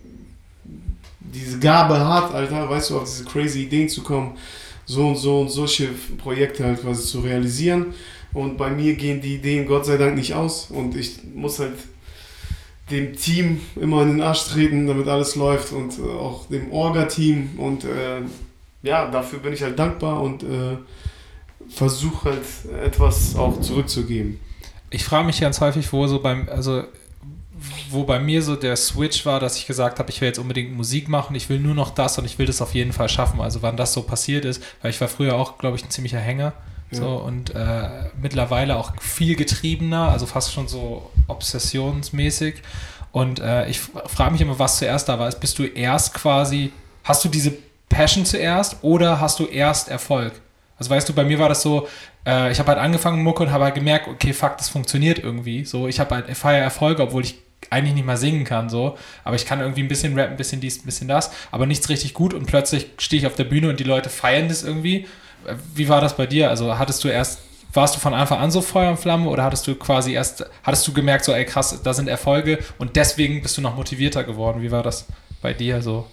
diese Gabe hat, Alter, weißt du, auf diese crazy Ideen zu kommen, so und so und solche Projekte halt quasi zu realisieren. Und bei mir gehen die Ideen Gott sei Dank nicht aus und ich muss halt dem Team immer in den Arsch treten, damit alles läuft und äh, auch dem Orga-Team und äh, ja, dafür bin ich halt dankbar und äh, versuche halt etwas auch zurückzugeben. Ich frage mich ganz häufig, wo so beim, also wo bei mir so der Switch war, dass ich gesagt habe, ich will jetzt unbedingt Musik machen, ich will nur noch das und ich will das auf jeden Fall schaffen. Also wann das so passiert ist, weil ich war früher auch, glaube ich, ein ziemlicher Hänger. Ja. So, und äh, mittlerweile auch viel getriebener, also fast schon so obsessionsmäßig. Und äh, ich frage mich immer, was zuerst da war. Bist du erst quasi, hast du diese Passion zuerst oder hast du erst Erfolg? Also weißt du, bei mir war das so, äh, ich habe halt angefangen mit Mucke und habe halt gemerkt, okay, fuck, das funktioniert irgendwie. So, ich habe halt ich feiere Erfolge, obwohl ich eigentlich nicht mal singen kann, so. Aber ich kann irgendwie ein bisschen rappen, ein bisschen dies, ein bisschen das, aber nichts richtig gut und plötzlich stehe ich auf der Bühne und die Leute feiern das irgendwie. Wie war das bei dir? Also hattest du erst, warst du von Anfang an so Feuer und Flamme oder hattest du quasi erst, hattest du gemerkt, so ey krass, da sind Erfolge und deswegen bist du noch motivierter geworden? Wie war das bei dir so?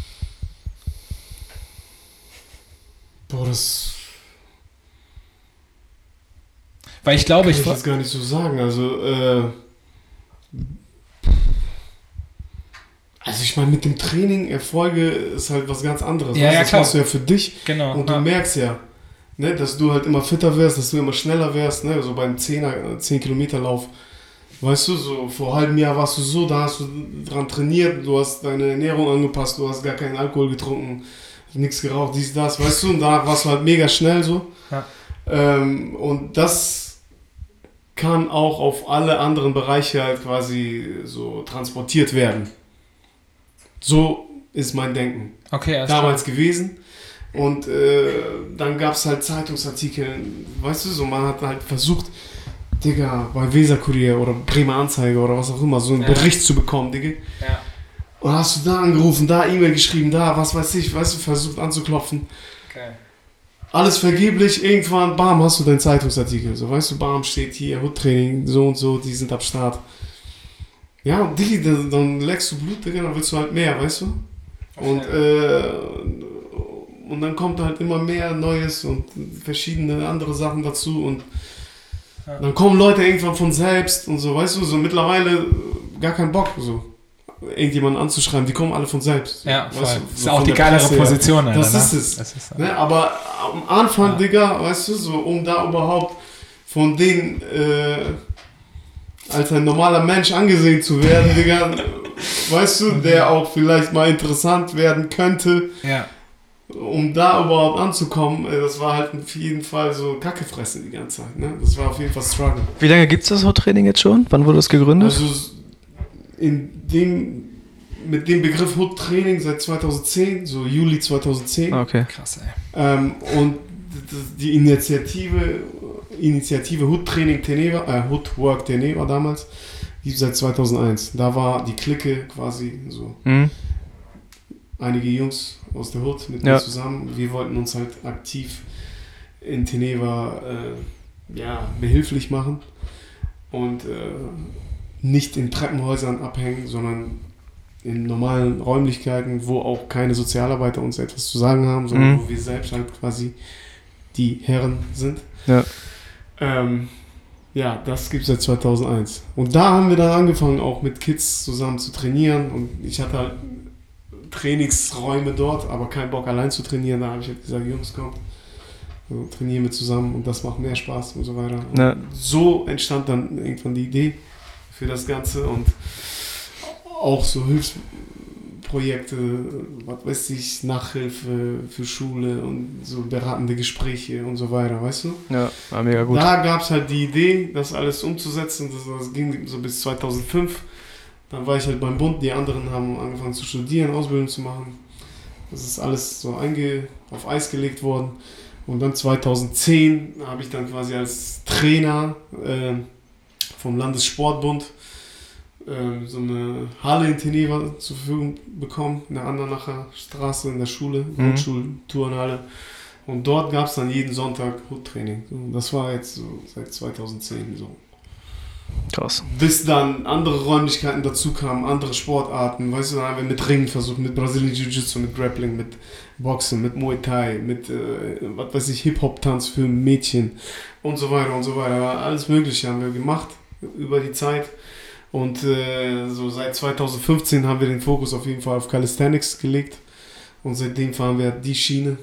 Boah, das... Weil ich glaube, kann ich... ich jetzt gar nicht so sagen, also, äh... Also ich meine, mit dem Training, Erfolge ist halt was ganz anderes. Ja, ja, das klar. machst du ja für dich. Genau. Und du ja. merkst ja, ne, dass du halt immer fitter wirst, dass du immer schneller wirst, ne, so beim zehner, zehn Kilometer Lauf. Weißt du, so vor einem halben Jahr warst du so, da hast du dran trainiert, du hast deine Ernährung angepasst, du hast gar keinen Alkohol getrunken, nichts geraucht, dies, das, weißt du, und da warst du halt mega schnell so. Ja. Ähm, und das kann auch auf alle anderen Bereiche halt quasi so transportiert werden. So ist mein Denken okay, damals klar. gewesen. Und äh, dann gab es halt Zeitungsartikel, weißt du, so man hat halt versucht, Digga, bei Weser-Kurier oder Bremer Anzeiger oder was auch immer, so einen ja. Bericht zu bekommen, Digga. Ja. Und hast du da angerufen, da E-Mail geschrieben, da, was weiß ich, weißt du, versucht anzuklopfen. Okay. Alles vergeblich, irgendwann, bam, hast du deinen Zeitungsartikel. So, weißt du, bam, steht hier, Hood-Training, so und so, die sind ab Start. Ja, und die, dann, dann leckst du Blut, Digga, dann willst du halt mehr, weißt du? Und, äh, und dann kommt halt immer mehr Neues und verschiedene andere Sachen dazu und ja. Dann kommen Leute irgendwann von selbst und so, weißt du, so mittlerweile gar keinen Bock, so irgendjemanden anzuschreiben, die kommen alle von selbst. Ja, weißt voll. du, Das ist so auch die geilere Presse, Position. Alter, das ne? ist es. Das ist, ne? Aber am Anfang, ja. Digga, weißt du, so um da überhaupt von denen äh, als ein normaler Mensch angesehen zu werden, Digga, weißt du, der auch vielleicht mal interessant werden könnte, ja. um da überhaupt anzukommen, das war halt auf jeden Fall so Kacke fressen die ganze Zeit, ne? Das war auf jeden Fall Struggle. Wie lange gibt es das Hood-Training jetzt schon? Wann wurde das gegründet? Also in dem, mit dem Begriff Hood-Training seit zweitausendzehn, so Juli zweitausendzehn. Okay. Krass, ey. Ähm, und die Initiative, Initiative Hood-Training Teneva, äh, Hood-Work Teneva damals, die seit zweitausendeins. Da war die Clique quasi so. Mhm. Einige Jungs aus der Hood mit ja. mir zusammen. Wir wollten uns halt aktiv in Teneva äh, ja, behilflich machen und äh, nicht in Treppenhäusern abhängen, sondern in normalen Räumlichkeiten, wo auch keine Sozialarbeiter uns etwas zu sagen haben, sondern mhm. wo wir selbst halt quasi die Herren sind. Ja, ähm, ja das gibt es seit zweitausendeins. Und da haben wir dann angefangen, auch mit Kids zusammen zu trainieren. Und ich hatte halt Trainingsräume dort, aber keinen Bock allein zu trainieren. Da habe ich halt gesagt, Jungs, kommt, also trainieren wir zusammen und das macht mehr Spaß und so weiter. Und ja. so entstand dann irgendwann die Idee für das Ganze und auch so Hilfsprojekte, was weiß ich, Nachhilfe für Schule und so beratende Gespräche und so weiter, weißt du? Ja, war mega gut. Da gab es halt die Idee, das alles umzusetzen, das, das ging so bis zweitausendfünf. Dann war ich halt beim Bund, die anderen haben angefangen zu studieren, Ausbildung zu machen. Das ist alles so einge, auf Eis gelegt worden. Und dann zweitausendzehn habe ich dann quasi als Trainer äh, vom Landessportbund äh, so eine Halle in Teneva zur Verfügung bekommen, in der Andernacher Straße in der Schule, mhm. Grundschulturnhalle. Und dort gab es dann jeden Sonntag Hood-Training. Das war jetzt so seit zweitausendzehn so. Krass. Bis dann andere Räumlichkeiten dazu kamen, andere Sportarten, weißt du, dann haben wir mit Ringen versucht, mit Brazilian Jiu-Jitsu, mit Grappling, mit Boxen, mit Muay Thai, mit, äh, was weiß ich, Hip-Hop-Tanz für Mädchen und so weiter und so weiter. Alles Mögliche haben wir gemacht über die Zeit und äh, so seit zweitausendfünfzehn haben wir den Fokus auf jeden Fall auf Calisthenics gelegt und seitdem fahren wir die Schiene.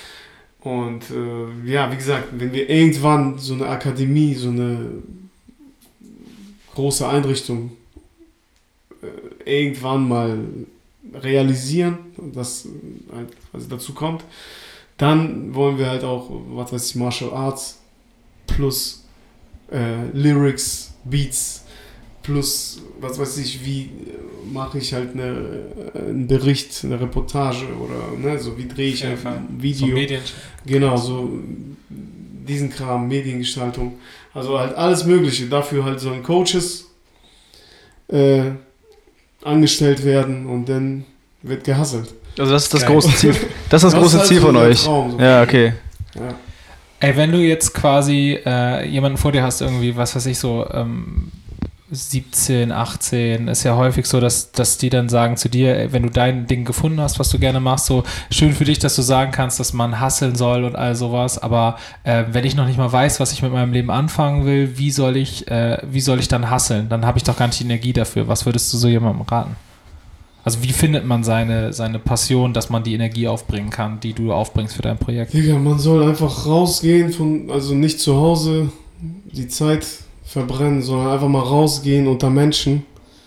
Und äh, ja, wie gesagt, wenn wir irgendwann so eine Akademie, so eine große Einrichtung äh, irgendwann mal realisieren, dass halt, was dazu kommt. Dann wollen wir halt auch, was weiß ich, Martial Arts plus äh, Lyrics, Beats plus, was weiß ich, wie mache ich halt eine, einen Bericht, eine Reportage oder ne, so wie drehe ich ein Video. So Medien. Genau, so diesen Kram, Mediengestaltung. Also halt alles Mögliche. Dafür halt sollen Coaches äh, angestellt werden und dann wird gehasselt. Also das ist das Geil. große Ziel. Das ist das, das große ist halt Ziel so von euch. Traum, so ja, okay. Ja. Ey, wenn du jetzt quasi äh, jemanden vor dir hast, irgendwie, was weiß ich, so ähm, siebzehn, achtzehn, ist ja häufig so, dass, dass die dann sagen zu dir, ey, wenn du dein Ding gefunden hast, was du gerne machst, so schön für dich, dass du sagen kannst, dass man hustlen soll und all sowas, aber äh, wenn ich noch nicht mal weiß, was ich mit meinem Leben anfangen will, wie soll ich, äh, wie soll ich dann hustlen? Dann habe ich doch gar nicht die Energie dafür. Was würdest du so jemandem raten? Also wie findet man seine, seine Passion, dass man die Energie aufbringen kann, die du aufbringst für dein Projekt? Digga, man soll einfach rausgehen, von, also nicht zu Hause die Zeit verbrennen, sondern einfach mal rausgehen unter Menschen,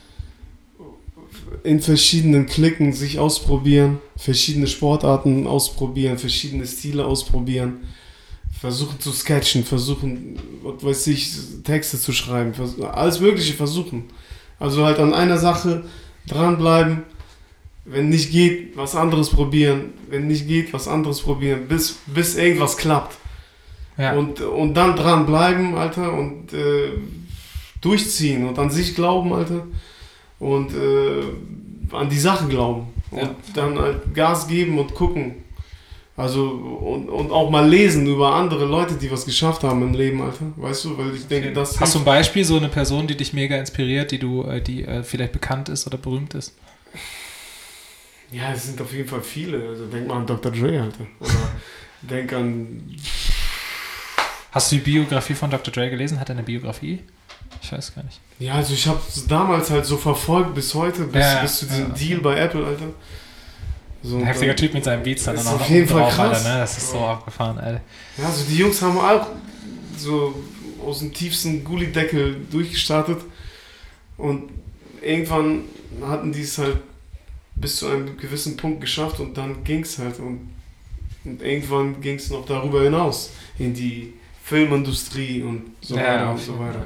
in verschiedenen Klicken sich ausprobieren, verschiedene Sportarten ausprobieren, verschiedene Stile ausprobieren, versuchen zu sketchen, versuchen, was weiß ich, Texte zu schreiben, alles Mögliche versuchen. Also halt an einer Sache dranbleiben, wenn nicht geht, was anderes probieren, wenn nicht geht, was anderes probieren, bis, bis irgendwas klappt. Ja. Und, und dann dranbleiben, Alter, und äh, durchziehen und an sich glauben, Alter, und äh, an die Sache glauben. Und ja. dann halt Gas geben und gucken. Also, und, und auch mal lesen über andere Leute, die was geschafft haben im Leben, Alter. Weißt du, weil ich denke, okay. das... Hast du ein Beispiel, so eine Person, die dich mega inspiriert, die du, die äh, vielleicht bekannt ist oder berühmt ist? Ja, es sind auf jeden Fall viele. Also denk mal an Doktor Dre, Alter. Oder denk an... Hast du die Biografie von Doktor Dre gelesen? Hat er eine Biografie? Ich weiß gar nicht. Ja, also ich habe es damals halt so verfolgt bis heute, bis, ja, bis zu diesem ja, okay. Deal bei Apple, Alter. So, ein heftiger Typ mit seinen Beats dann ist noch auf jeden Fall drauf, krass. Alter, ne? Das ist so abgefahren, Alter. Ja, also die Jungs haben auch so aus dem tiefsten Gullideckel durchgestartet und irgendwann hatten die es halt bis zu einem gewissen Punkt geschafft und dann ging es halt und, und irgendwann ging es noch darüber hinaus in die Filmindustrie und so ja, weiter und so weiter.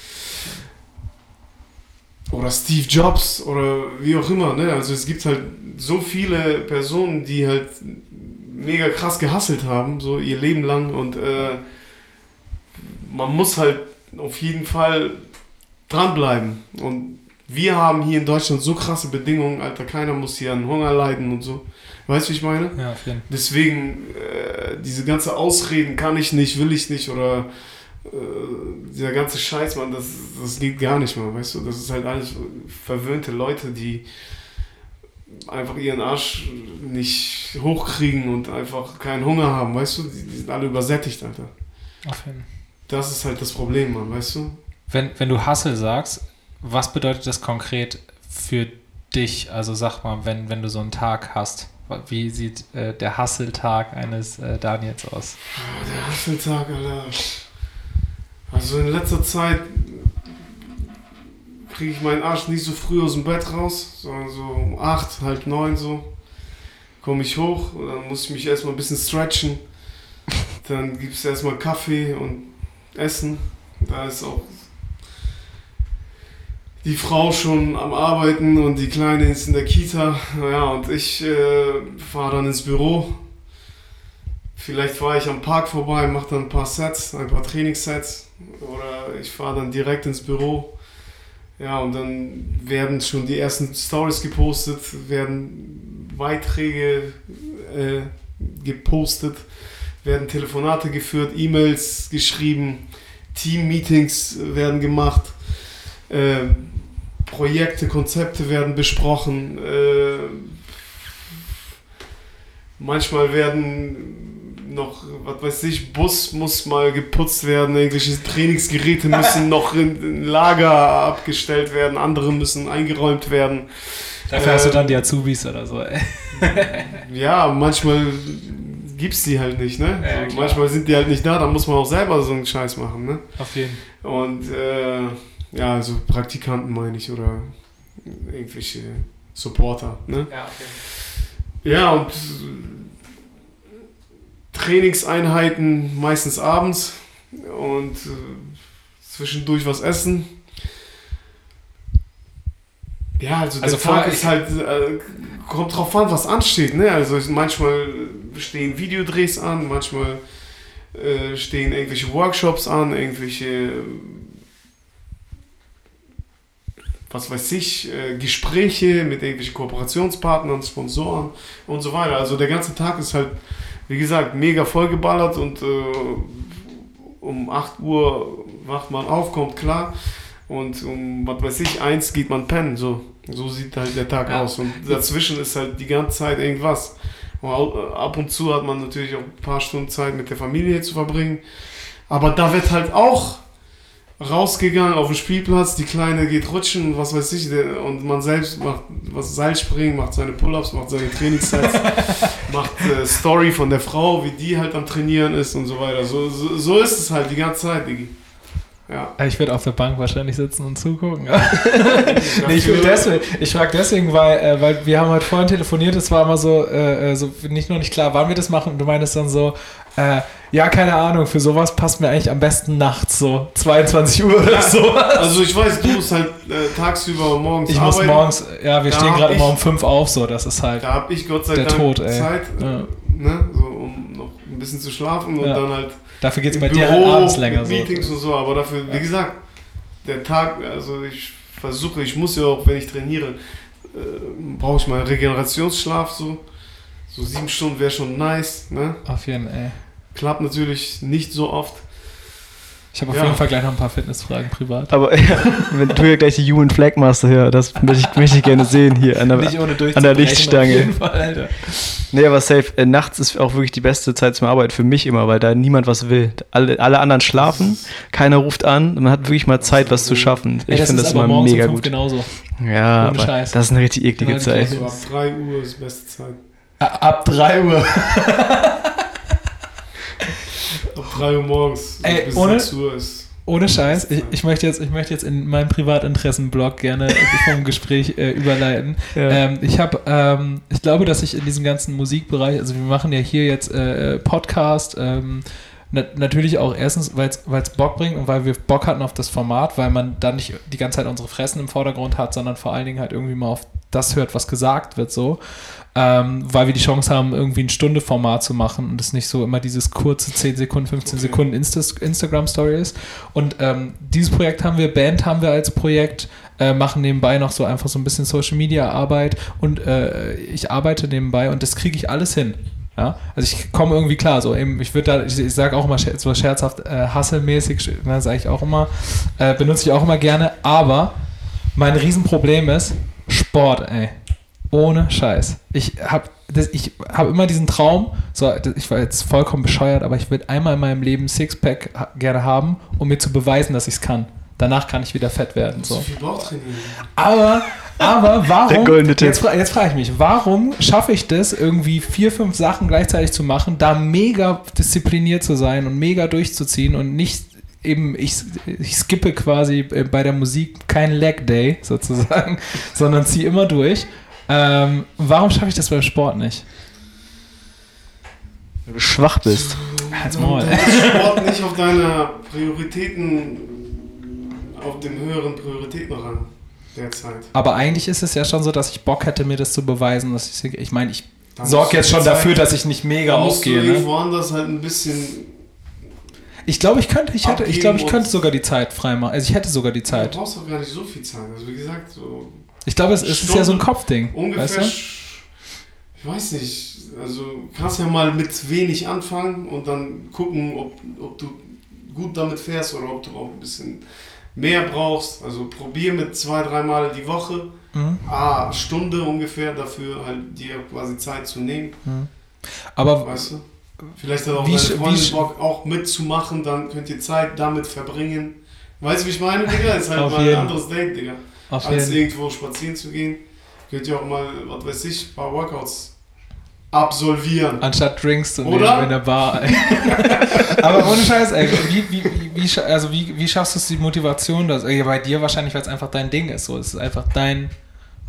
Oder Steve Jobs oder wie auch immer, ne? Also es gibt halt so viele Personen, die halt mega krass gehustelt haben, so ihr Leben lang und äh, man muss halt auf jeden Fall dranbleiben und wir haben hier in Deutschland so krasse Bedingungen, Alter, keiner muss hier an Hunger leiden und so. Weißt du, wie ich meine? Ja, auf jeden Fall. Deswegen, äh, diese ganze Ausreden kann ich nicht, will ich nicht oder äh, dieser ganze Scheiß, man, das, das geht gar nicht mehr, weißt du? Das ist halt alles verwöhnte Leute, die einfach ihren Arsch nicht hochkriegen und einfach keinen Hunger haben, weißt du? Die, die sind alle übersättigt, Alter. Auf jeden Fall. Das ist halt das Problem, Mann, weißt du? Wenn, wenn du Hustle sagst, was bedeutet das konkret für dich? Also sag mal, wenn, wenn du so einen Tag hast, wie sieht äh, der Hustle-Tag eines äh, Daniels aus? Oh, der Hustle-Tag, Alter. Also in letzter Zeit kriege ich meinen Arsch nicht so früh aus dem Bett raus, sondern so um acht, halb neun so komme ich hoch und dann muss ich mich erstmal ein bisschen stretchen. Dann gibt es erstmal Kaffee und Essen. Da ist auch die Frau schon am Arbeiten und die Kleine ist in der Kita. Ja, und ich äh, fahre dann ins Büro. Vielleicht fahre ich am Park vorbei, mache dann ein paar Sets, ein paar Trainingssets. Oder ich fahre dann direkt ins Büro. Ja, und dann werden schon die ersten Stories gepostet, werden Beiträge äh, gepostet, werden Telefonate geführt, E-Mails geschrieben, Team-Meetings werden gemacht. Äh, Projekte, Konzepte werden besprochen. Äh, manchmal werden noch, was weiß ich, Bus muss mal geputzt werden, irgendwelche Trainingsgeräte müssen noch in, in Lager abgestellt werden, andere müssen eingeräumt werden. Dafür äh, hast du dann die Azubis oder so, ey. Ja, manchmal gibt's die halt nicht, ne? Ja, so, manchmal sind die halt nicht da, dann muss man auch selber so einen Scheiß machen, ne? Auf jeden Fall. Und äh, ja, also Praktikanten meine ich oder irgendwelche Supporter. Ne? Ja, okay. Ja, und Trainingseinheiten meistens abends und äh, zwischendurch was essen. Ja, also der Also Tag vor- ist halt, äh, kommt drauf an, was ansteht. Ne? Also manchmal stehen Videodrehs an, manchmal äh, stehen irgendwelche Workshops an, irgendwelche, was weiß ich, äh, Gespräche mit irgendwelchen Kooperationspartnern, Sponsoren und so weiter. Also der ganze Tag ist halt, wie gesagt, mega vollgeballert und äh, um acht Uhr wacht man auf, kommt klar und um, was weiß ich, eins geht man pennen. So, so sieht halt der Tag Ja. aus und dazwischen ist halt die ganze Zeit irgendwas. Und ab und zu hat man natürlich auch ein paar Stunden Zeit mit der Familie zu verbringen, aber da wird halt auch rausgegangen auf den Spielplatz, die Kleine geht rutschen, was weiß ich, der, und man selbst macht was Seilspringen, macht seine Pull-Ups, macht seine Trainingssets, macht äh, Story von der Frau, wie die halt am Trainieren ist und so weiter. So, so, so ist es halt die ganze Zeit, Digi. Ja. Ich werde auf der Bank wahrscheinlich sitzen und zugucken. nee, ich will deswegen, ich frage deswegen, weil, äh, weil wir haben heute vorhin telefoniert, es war immer so, äh, so nicht nur nicht klar, wann wir das machen, und du meintest dann so, äh, ja, keine Ahnung, für sowas passt mir eigentlich am besten nachts, so zweiundzwanzig Uhr oder so. Also ich weiß, du musst halt äh, tagsüber morgens Ich arbeiten. muss morgens, ja, wir Da stehen hab gerade ich- immer um fünf auf, so, das ist halt, Da habe ich Gott sei Der Dank Tod, ey. Zeit, äh, Ja. ne, so, um noch ein bisschen zu schlafen und Ja. dann halt dafür geht es im bei Büro, dir halt abends länger mit so. Meetings und so, aber dafür, wie gesagt, der Tag, also ich versuche, ich muss ja auch, wenn ich trainiere, äh, brauche ich mal Regenerationsschlaf, so, so sieben Stunden wäre schon nice, ne, Auf jeden Fall, ey. klappt natürlich nicht so oft. Ich habe auf Ja. jeden Fall gleich noch ein paar Fitnessfragen privat. Aber ja, wenn du ja gleich die Human Flag machst, ja, das möchte ich, möchte ich gerne sehen hier an der, Nicht ohne an der durchzubrechen, Lichtstange. auf jeden Fall, Alter. Nee, aber safe. Äh, nachts ist auch wirklich die beste Zeit zum Arbeiten für mich immer, weil da niemand was will. Alle, alle anderen schlafen, keiner ruft an, man hat wirklich mal Zeit, was zu schaffen. Ey, Ich das finde ist das aber immer morgens mega um fünf gut. genauso. Ja, Ohne aber Scheiß. das ist eine richtig eklige Ja, Zeit. Also ab drei Uhr ist die beste Zeit. Ab drei Uhr. Ab drei Uhr morgens so Ey, bis ohne- sechs Uhr ist. Ohne Scheiß, ich, ich, möchte jetzt, ich möchte jetzt in meinem Privatinteressenblog gerne vom Gespräch äh, überleiten. Ja. Ähm, ich habe, ähm, ich glaube, dass ich in diesem ganzen Musikbereich, also wir machen ja hier jetzt äh, Podcast, ähm, na, natürlich auch erstens, weil es Bock bringt und weil wir Bock hatten auf das Format, weil man dann nicht die ganze Zeit unsere Fressen im Vordergrund hat, sondern vor allen Dingen halt irgendwie mal auf das hört, was gesagt wird, so. Ähm, weil wir die Chance haben, irgendwie ein Stunde-Format zu machen und es nicht so immer dieses kurze zehn Sekunden, fünfzehn Okay. Sekunden Insta- Instagram-Story ist. Und ähm, dieses Projekt haben wir, Band haben wir als Projekt, äh, machen nebenbei noch so einfach so ein bisschen Social-Media-Arbeit und äh, ich arbeite nebenbei und das kriege ich alles hin. Ja? Also ich komme irgendwie klar, so eben, ich würde da, ich, ich sage auch immer scher- so scherzhaft, äh, hustle-mäßig, ne, sage ich auch immer, äh, benutze ich auch immer gerne, aber mein Riesenproblem ist Sport, ey. Ohne Scheiß. Ich habe ich hab immer diesen Traum, so, ich war jetzt vollkommen bescheuert, aber ich will einmal in meinem Leben Sixpack ha- gerne haben, um mir zu beweisen, dass ich es kann. Danach kann ich wieder fett werden. So So. viel Bauchtraining. Aber, aber Der warum, goldene Tipp. jetzt, fra- jetzt frage ich mich, warum schaffe ich das, irgendwie vier, fünf Sachen gleichzeitig zu machen, da mega diszipliniert zu sein und mega durchzuziehen und nicht eben, ich, ich skippe quasi bei der Musik kein Leg Day sozusagen, sondern ziehe immer durch. Ähm, warum schaffe ich das beim Sport nicht? Weil du schwach bist. Halt's Du Maul. hast Sport nicht auf deiner Prioritäten, auf dem höheren Prioritätenrang derzeit. Aber eigentlich ist es ja schon so, dass ich Bock hätte, mir das zu beweisen, dass ich, ich meine, ich Da sorge musst du jetzt die schon Zeit- dafür, dass ich nicht mega Da musst du aufgehe. Ne? irgendwo anders halt ein bisschen. Ich glaube, ich könnte, ich hätte, ich abgeben glaube, ich und- könnte sogar die Zeit freimachen. Also ich hätte sogar die Du Zeit. brauchst doch gar nicht so viel Zeit. Also wie gesagt, so Ich glaube, es, es ist ja so ein Kopfding. ungefähr. Weißt du? Ich weiß nicht. Also kannst ja mal mit wenig anfangen und dann gucken, ob, ob du gut damit fährst oder ob du auch ein bisschen mehr brauchst. Also probier mit zwei, dreimal die Woche, Mhm. ah, Stunde ungefähr dafür halt dir quasi Zeit zu nehmen. Aber Weißt du? Vielleicht hat auch Wie deine sch- wie Freundin sch- Bock auch mitzumachen, dann könnt ihr Zeit damit verbringen. Weißt du, wie ich meine, Digga? Ist halt Auf mal jeden. ein anderes Date, Digga. auf Als jeden irgendwo spazieren zu gehen, könnt ihr auch mal, was weiß ich, ein paar Workouts absolvieren. anstatt Drinks zu nehmen Oder? in der Bar. Ey. Aber ohne Scheiß, ey, wie, wie, wie, wie, scha- also wie, wie schaffst du es die Motivation? Dass, ey, bei dir wahrscheinlich, weil es einfach dein Ding ist. So, es ist einfach dein,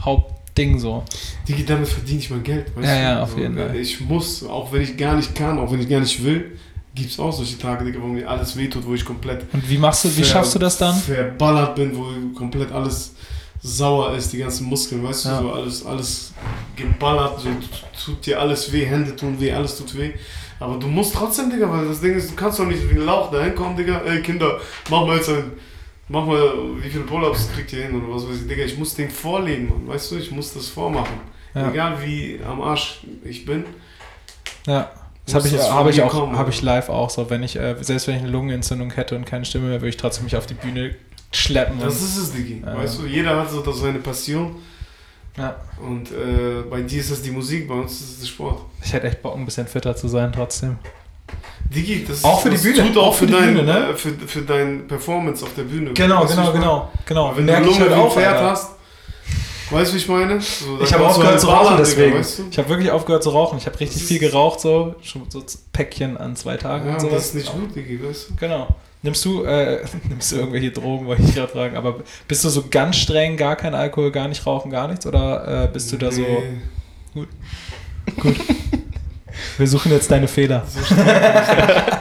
Hauptding so. Digi, damit verdiene ich mein Geld, weißt Ja, du? ja, auf so, jeden Fall. Ich muss, auch wenn ich gar nicht kann, auch wenn ich gar nicht will, gibt es auch solche Tage, Digga, wo mir alles wehtut, wo ich komplett Und wie machst du, wie ver- schaffst du das dann? verballert bin, wo komplett alles sauer ist, die ganzen Muskeln, weißt Ja. du, so alles, alles geballert, so tut dir alles weh, Hände tun weh, alles tut weh. Aber du musst trotzdem, Digga, weil das Ding ist, du kannst doch nicht wie ein Lauch da hinkommen, Digga, ey Kinder, mach mal jetzt ein, mach mal, wie viele Pull-Ups kriegt ihr hin oder was weiß ich, Digga, ich muss den vorleben, Mann, weißt du, ich muss das vormachen. Ja. Egal wie am Arsch ich bin. Ja. Das Muss habe ich, das hab ich von mir auch, kommen, habe ja. ich live auch so. Wenn ich, äh, selbst wenn ich eine Lungenentzündung hätte und keine Stimme mehr, würde ich trotzdem mich auf die Bühne schleppen. Das und, ist es, Diggi, Ja. weißt du, jeder hat so seine Passion ja. und äh, bei dir ist das die Musik, bei uns ist es der Sport. Ich hätte echt Bock, ein bisschen fitter zu sein trotzdem. Digi, das, Auch für die das Bühne, tut auch auch für für, die dein, Bühne, ne? äh, für, für dein Performance auf der Bühne. Genau, Weißt du, genau, wie ich genau, genau. meine? Wenn Merk du ich Lunge halt wie ein auch, Pferd Alter. hast, weißt du, wie ich meine? So, dann Ich habe kannst du aufgehört halt zu rauchen ballern, deswegen. Digga, weißt du? Ich habe wirklich aufgehört zu rauchen. Ich habe richtig Das viel ist- geraucht, so, schon so Päckchen an zwei Tagen Ja, und und sowas. das ist nicht gut, Digi, weißt du? Genau. Nimmst du, äh, nimmst du irgendwelche Drogen, wollte ich gerade fragen, aber bist du so ganz streng, gar kein Alkohol, gar nicht rauchen, gar nichts? Oder äh, bist du da so, Nee, gut, wir suchen jetzt deine Fehler. so streng bin ich nicht.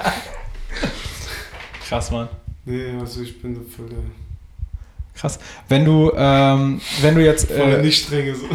Krass, Mann. Nee, also ich bin da voll der, Krass. Wenn du, ähm, wenn du jetzt, voll der äh, nicht strenge so.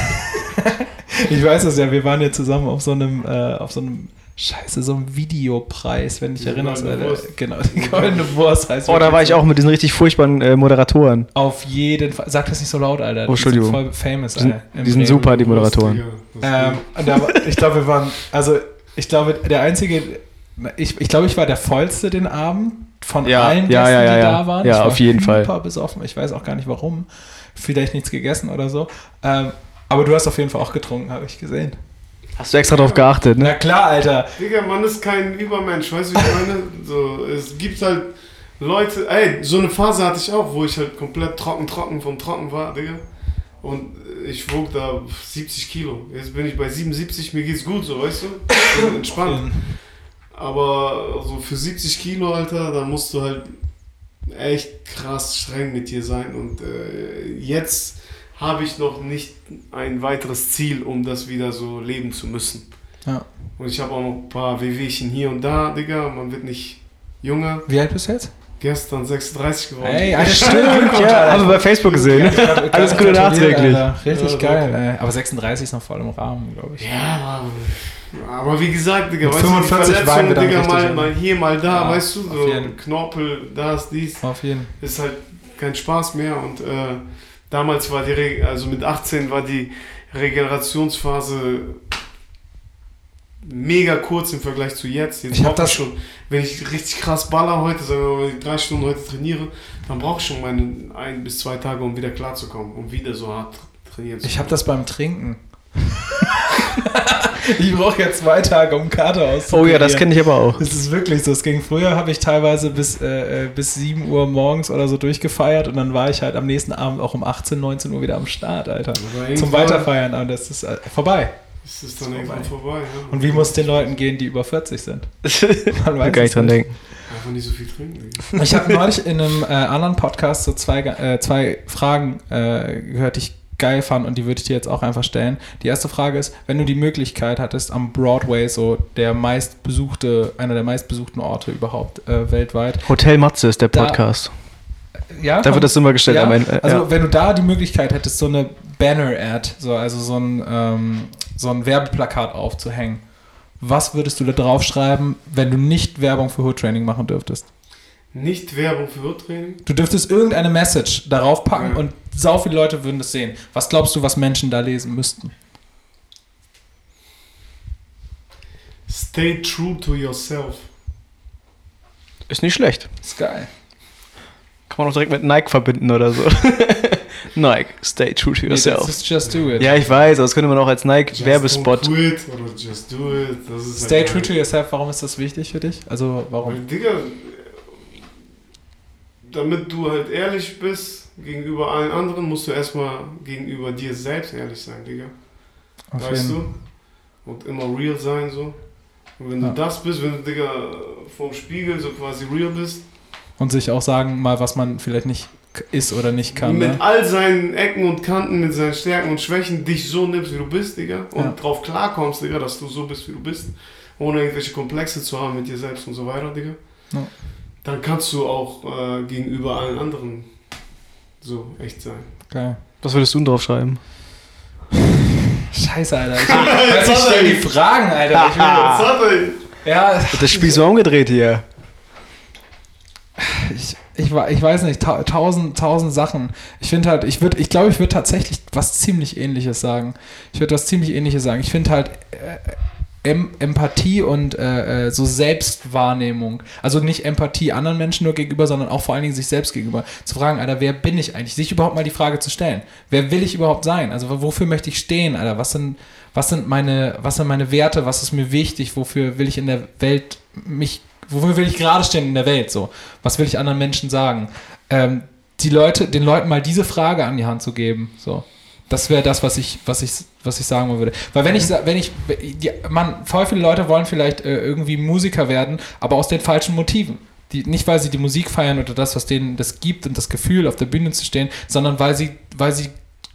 ich weiß es ja, wir waren ja zusammen auf so einem, äh, auf so einem, Scheiße, so einem Videopreis, wenn du dich Die erinnerst. goldene Alter. Wurst. Genau, die goldene Wurst heißt Oh, da wirklich war ich so. auch mit diesen richtig furchtbaren äh, Moderatoren. Auf jeden Fall. Sag das nicht so laut, Alter. Oh, Entschuldigung. Die sind voll famous, Die sind, Alter. im die sind Bremen. super, die Moderatoren. Digga, das Ähm, und da, war- ich glaube, wir waren, also ich glaube, der einzige, ich, ich glaube, ich war der vollste den Abend von Ja, allen Gästen, ja, ja, ja, die ja. da waren. Ja, ich war auf jeden Fall. super besoffen. Ich weiß auch gar nicht warum. Vielleicht nichts gegessen oder so. Ähm, aber du hast auf jeden Fall auch getrunken, habe ich gesehen. Hast du extra drauf geachtet, Na ne? klar, Alter. Digga, man ist kein Übermensch, weißt du, wie ich meine? So, es gibt halt Leute, ey, so eine Phase hatte ich auch, wo ich halt komplett trocken, trocken vom Trocken war, Digga. Und ich wog da siebzig Kilo. Jetzt bin ich bei siebenundsiebzig, mir geht's gut, so, weißt du? Ich bin entspannt. Aber so für siebzig Kilo, Alter, da musst du halt echt krass streng mit dir sein. Und äh, jetzt habe ich noch nicht ein weiteres Ziel, um das wieder so leben zu müssen. Ja. Und ich habe auch noch ein paar Wehwehchen hier und da, Digga. Man wird nicht jünger. Wie alt bist du jetzt? Gestern sechsunddreißig geworden. Ey, Alter, Stimmt, ja, haben wir bei Facebook gesehen. Alles Gute nachträglich. Alter. Richtig Ja, geil, danke. ey. Aber sechsunddreißig ist noch voll im Rahmen, glaube ich. Ja, aber, aber wie gesagt, Digga, Mit weißt du, die fünfundvierzig Verletzung, waren wir dann Digga, richtig, mal, ja. mal hier, mal da, Ja, weißt du, auf so jeden. Knorpel, das, dies, Auf jeden. ist halt kein Spaß mehr und äh, damals war die, Re also mit achtzehn war die Regenerationsphase mega kurz im Vergleich zu jetzt. Jetzt Ich hab brauche das- ich schon, wenn ich richtig krass baller heute, sagen wir mal, wenn ich drei Stunden heute trainiere, dann brauche ich schon meine ein bis zwei Tage, um wieder klarzukommen, um wieder so hart trainieren zu Ich habe das beim Trinken. Ich brauche jetzt zwei Tage, um Karte auszukurieren. Oh ja, das kenne ich aber auch. Das ist wirklich so. Es ging früher, habe ich teilweise bis, äh, bis sieben Uhr morgens oder so durchgefeiert und dann war ich halt am nächsten Abend auch um achtzehn, neunzehn Uhr wieder am Start, Alter. Aber Zum irgendwann Weiterfeiern, aber das ist äh, vorbei. ist es dann irgendwann vorbei. Ja. Und wie muss es den Leuten gehen, die über vierzig sind? Man weiß Kann ich es dran nicht. denken. Einfach nicht so viel trinken. Digga. Ich habe neulich in einem äh, anderen Podcast so zwei, äh, zwei Fragen äh, gehört, die ich geil fand und die würde ich dir jetzt auch einfach stellen. Die erste Frage ist, wenn du die Möglichkeit hattest, am Broadway, so der meistbesuchte, einer der meistbesuchten Orte überhaupt äh, weltweit. Hotel Matze ist der Da- Podcast. Ja, Da wird das immer gestellt. ja, am Ende. also ja. wenn du da die Möglichkeit hättest, so eine Banner-Ad, so, also so ein, ähm, so ein Werbeplakat aufzuhängen, was würdest du da drauf schreiben, wenn du nicht Werbung für Hood Training machen dürftest? Nicht Werbung für Hurtraining. Du dürftest irgendeine Message darauf packen Ja. und sau viele Leute würden das sehen. Was glaubst du, was Menschen da lesen müssten? Stay true to yourself. Ist nicht schlecht. Ist geil. Kann man auch direkt mit Nike verbinden oder so. Nike, stay true to Nee, das yourself. ist just do it. Ja, ich weiß, aber das könnte man auch als Just Nike-Werbespot. don't quit oder just do it. Das ist Stay halt true geil. to yourself, warum ist das wichtig für dich? Also Weil, warum? Digga, damit du halt ehrlich bist gegenüber allen anderen, musst du erstmal gegenüber dir selbst ehrlich sein, Digga. Auf Weißt jeden- du? Und immer real sein, so. Und wenn Ja. du das bist, wenn du, Digga, vorm Spiegel so quasi real bist, Und sich auch sagen mal, was man vielleicht nicht ist oder nicht kann. Mit ne? all seinen Ecken und Kanten, mit seinen Stärken und Schwächen dich so nimmst, wie du bist, Digga. Und Ja. drauf klarkommst, Digga, dass du so bist, wie du bist. Ohne irgendwelche Komplexe zu haben mit dir selbst und so weiter, Digga. Ja. Dann kannst du auch äh, gegenüber allen anderen so echt sein. Geil. Was würdest du denn drauf schreiben? Scheiße, Alter. Ich, ich stelle die Fragen, Alter. Ich will, ja, Das Spiel ist so umgedreht hier. ich, ich, wa- ich weiß nicht, ta tausend, tausend Sachen. Ich finde halt, ich würde, ich glaube, ich würde tatsächlich was ziemlich Ähnliches sagen. Ich würde was ziemlich Ähnliches sagen. Ich finde halt äh, em Empathie und äh, äh, so Selbstwahrnehmung. Also nicht Empathie anderen Menschen nur gegenüber, sondern auch vor allen Dingen sich selbst gegenüber. Zu fragen, Alter, wer bin ich eigentlich? Sich überhaupt mal die Frage zu stellen. Wer will ich überhaupt sein? Also wofür möchte ich stehen, Alter? Was sind, was sind meine, was sind meine Werte? Was ist mir wichtig? Wofür will ich in der Welt mich Wofür will ich gerade stehen in der Welt? So, was will ich anderen Menschen sagen? Ähm, die Leute, den Leuten mal diese Frage an die Hand zu geben. So, das wäre das, was ich, was ich, was ich sagen würde. Weil wenn ich, sa- wenn ich, die, man, voll viele Leute wollen vielleicht äh, irgendwie Musiker werden, aber aus den falschen Motiven. Die, nicht weil sie die Musik feiern oder das, was denen das gibt und das Gefühl, auf der Bühne zu stehen, sondern weil sie, weil sie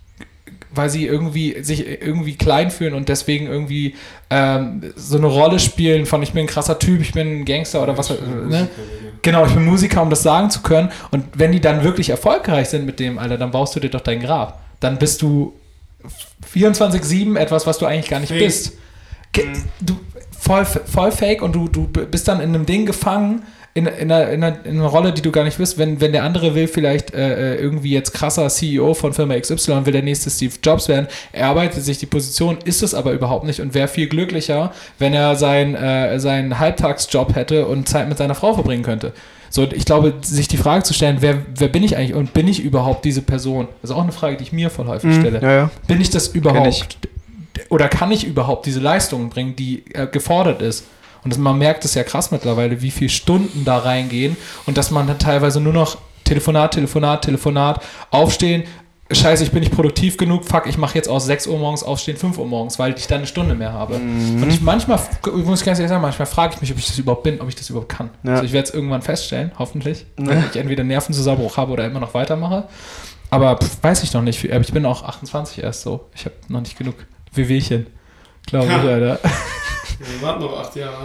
weil sie irgendwie sich irgendwie klein fühlen und deswegen irgendwie ähm, so eine Rolle spielen von ich bin ein krasser Typ, ich bin ein Gangster oder was. Ne? Genau, ich bin Musiker, um das sagen zu können. Und wenn die dann wirklich erfolgreich sind mit dem, Alter, dann baust du dir doch dein Grab. Dann bist du vierundzwanzig sieben etwas, was du eigentlich gar nicht Fake. bist. Ge du, voll, voll fake und du, du bist dann in einem Ding gefangen, in, in, einer, in, einer, in einer Rolle, die du gar nicht bist. Wenn, wenn der andere will vielleicht äh, irgendwie jetzt krasser C E O von Firma X Y, will der nächste Steve Jobs werden, er arbeitet sich die Position, ist es aber überhaupt nicht und wäre viel glücklicher, wenn er sein, äh, seinen Halbtagsjob hätte und Zeit mit seiner Frau verbringen könnte. So, ich glaube, sich die Frage zu stellen, wer, wer bin ich eigentlich und bin ich überhaupt diese Person? Das ist auch eine Frage, die ich mir voll häufig stelle. Ja, ja. Bin ich das Kenn überhaupt? ich. Oder kann ich überhaupt diese Leistung bringen, die äh, gefordert ist? Und das, man merkt es ja krass mittlerweile, wie viele Stunden da reingehen und dass man dann teilweise nur noch Telefonat, Telefonat, Telefonat, aufstehen, scheiße, ich bin nicht produktiv genug, fuck, ich mache jetzt aus sechs Uhr morgens aufstehen, fünf Uhr morgens, weil ich dann eine Stunde mehr habe. Mhm. Und ich manchmal, ich muss ganz ehrlich sagen, manchmal frage ich mich, ob ich das überhaupt bin, ob ich das überhaupt kann. Ja. Also ich werde es irgendwann feststellen, hoffentlich, Ja. wenn ich entweder Nervenzusammenbruch habe oder immer noch weitermache. Aber pff, weiß ich noch nicht. Aber ich bin auch achtundzwanzig erst so. Ich habe noch nicht genug Wehwehchen, glaube ich, Alter. Wir warten noch acht Jahre.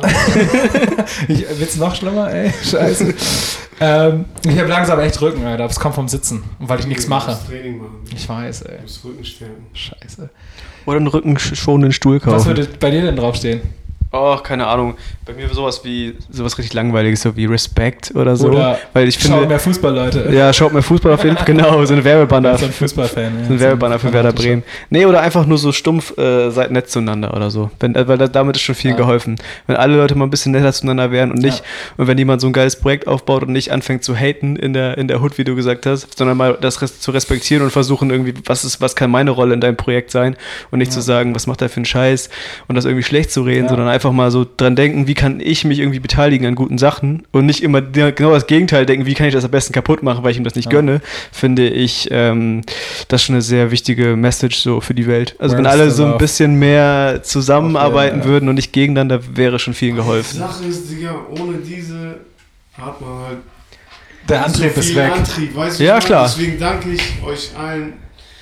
Ich, wird's noch schlimmer, ey? Scheiße. ähm, ich habe langsam echt Rücken, Alter. Das kommt vom Sitzen. Und weil ich nichts mache. Du musst Training machen. Ich weiß, ey. Du musst Rücken stärken. Scheiße. Oder einen rückenschonenden Stuhl kaufen. Was würde bei dir denn draufstehen? Oh, keine Ahnung. Bei mir sowas wie sowas richtig Langweiliges, so wie Respekt oder so. Oder weil ich Schaut finde, mehr Fußball, Leute. ja, schaut mehr Fußball auf jeden Fall. Genau, so eine Werbebanner. So ein Fußballfan. So ein Werbebanner für Werder Bremen. Nee, oder einfach nur so stumpf äh, seid nett zueinander oder so. Wenn, äh, weil da, damit ist schon viel Ja. geholfen. Wenn alle Leute mal ein bisschen netter zueinander wären und nicht, Ja. und wenn jemand so ein geiles Projekt aufbaut und nicht anfängt zu haten in der, in der Hood, wie du gesagt hast, sondern mal das res zu respektieren und versuchen irgendwie, was ist, was kann meine Rolle in deinem Projekt sein und nicht Ja. zu sagen, was macht er für einen Scheiß und das irgendwie schlecht zu reden, Ja. sondern einfach mal so dran denken, wie kann ich mich irgendwie beteiligen an guten Sachen und nicht immer genau das Gegenteil denken, wie kann ich das am besten kaputt machen, weil ich ihm das nicht Ja. gönne, finde ich ähm, das schon eine sehr wichtige Message so für die Welt. Also wenn Where's alle the so ein love? bisschen mehr zusammenarbeiten Okay, ja. würden und nicht gegeneinander, wäre schon vielen Die geholfen. Sache ist, Digga, ohne diese hat man halt Der nicht Antrieb so ist viel weg. Antrieb, weißt du, Ja, was ich klar. meine? Deswegen danke ich euch allen,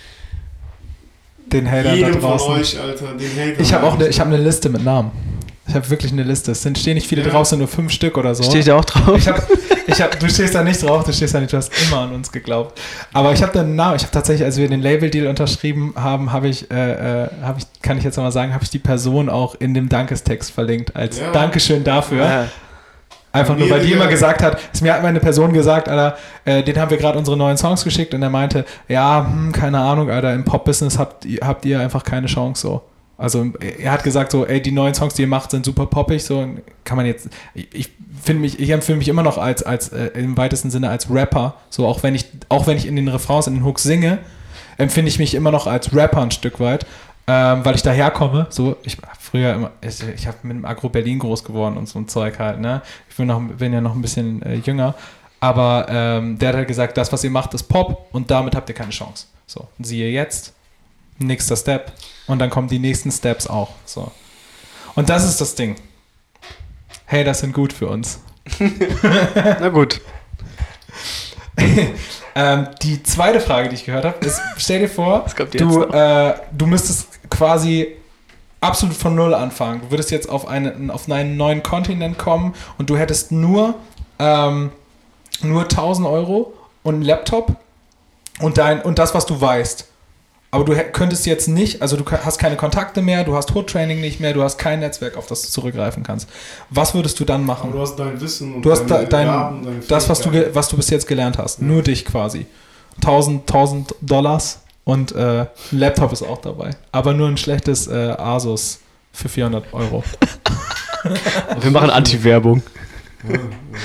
Den Hatern da jedem von draußen. euch, Alter, den Hatern. Ich habe auch eine, ich habe eine Liste mit Namen. Ich habe wirklich eine Liste. Es sind, stehen nicht viele Ja. drauf, es sind nur fünf Stück oder so. Steht da auch drauf? Ich hab, ich hab, du stehst da nicht drauf, du stehst da nicht, du hast immer an uns geglaubt. Aber ich habe den Namen, ich habe tatsächlich, als wir den Label-Deal unterschrieben haben, habe ich, äh, äh, hab ich, kann ich jetzt nochmal sagen, habe ich die Person auch in dem Dankestext verlinkt, als Ja. Dankeschön dafür. Ja. Einfach nur, Mir, weil die Digga. immer gesagt hat, es mir hat meine Person gesagt, Alter, äh, den haben wir gerade unsere neuen Songs geschickt und er meinte, ja, hm, keine Ahnung, Alter, im Pop-Business habt, ihr- habt ihr einfach keine Chance so. Also er hat gesagt so, ey, die neuen Songs, die ihr macht, sind super poppig, so kann man jetzt, ich, ich finde mich, ich empfinde mich immer noch als, als äh, im weitesten Sinne als Rapper, so auch wenn ich, auch wenn ich in den Refrains, in den Hooks singe, empfinde ich mich immer noch als Rapper ein Stück weit, ähm, weil ich daherkomme, so, ich früher immer, ich, ich habe mit dem Agro Berlin groß geworden und so ein Zeug halt, ne, ich bin, noch, bin ja noch ein bisschen äh, jünger, aber ähm, der hat halt gesagt, das, was ihr macht, ist Pop und damit habt ihr keine Chance, so, siehe jetzt, nächster Step. Und dann kommen die nächsten Steps auch. So. Und das ist das Ding. Hey, das sind gut für uns. Na gut. Ähm, die zweite Frage, die ich gehört habe, ist, stell dir vor, kommt jetzt du, noch. äh, du müsstest quasi absolut von Null anfangen. Du würdest jetzt auf, eine, auf einen neuen Kontinent kommen und du hättest nur, ähm, nur tausend Euro und einen Laptop und, dein, und das, was du weißt. Aber du könntest jetzt nicht, also du hast keine Kontakte mehr, du hast Hood-Training nicht mehr, du hast kein Netzwerk, auf das du zurückgreifen kannst. Was würdest du dann machen? Aber du hast dein Wissen und du hast deine dein, Gaben, deine das, was du, Fähigkeiten. ge- was du bis jetzt gelernt hast. Ja. Nur dich quasi. tausend, tausend Dollars und äh, ein Laptop ist auch dabei. Aber nur ein schlechtes äh, Asus für vierhundert Euro. Wir machen Anti-Werbung. Ja, ja.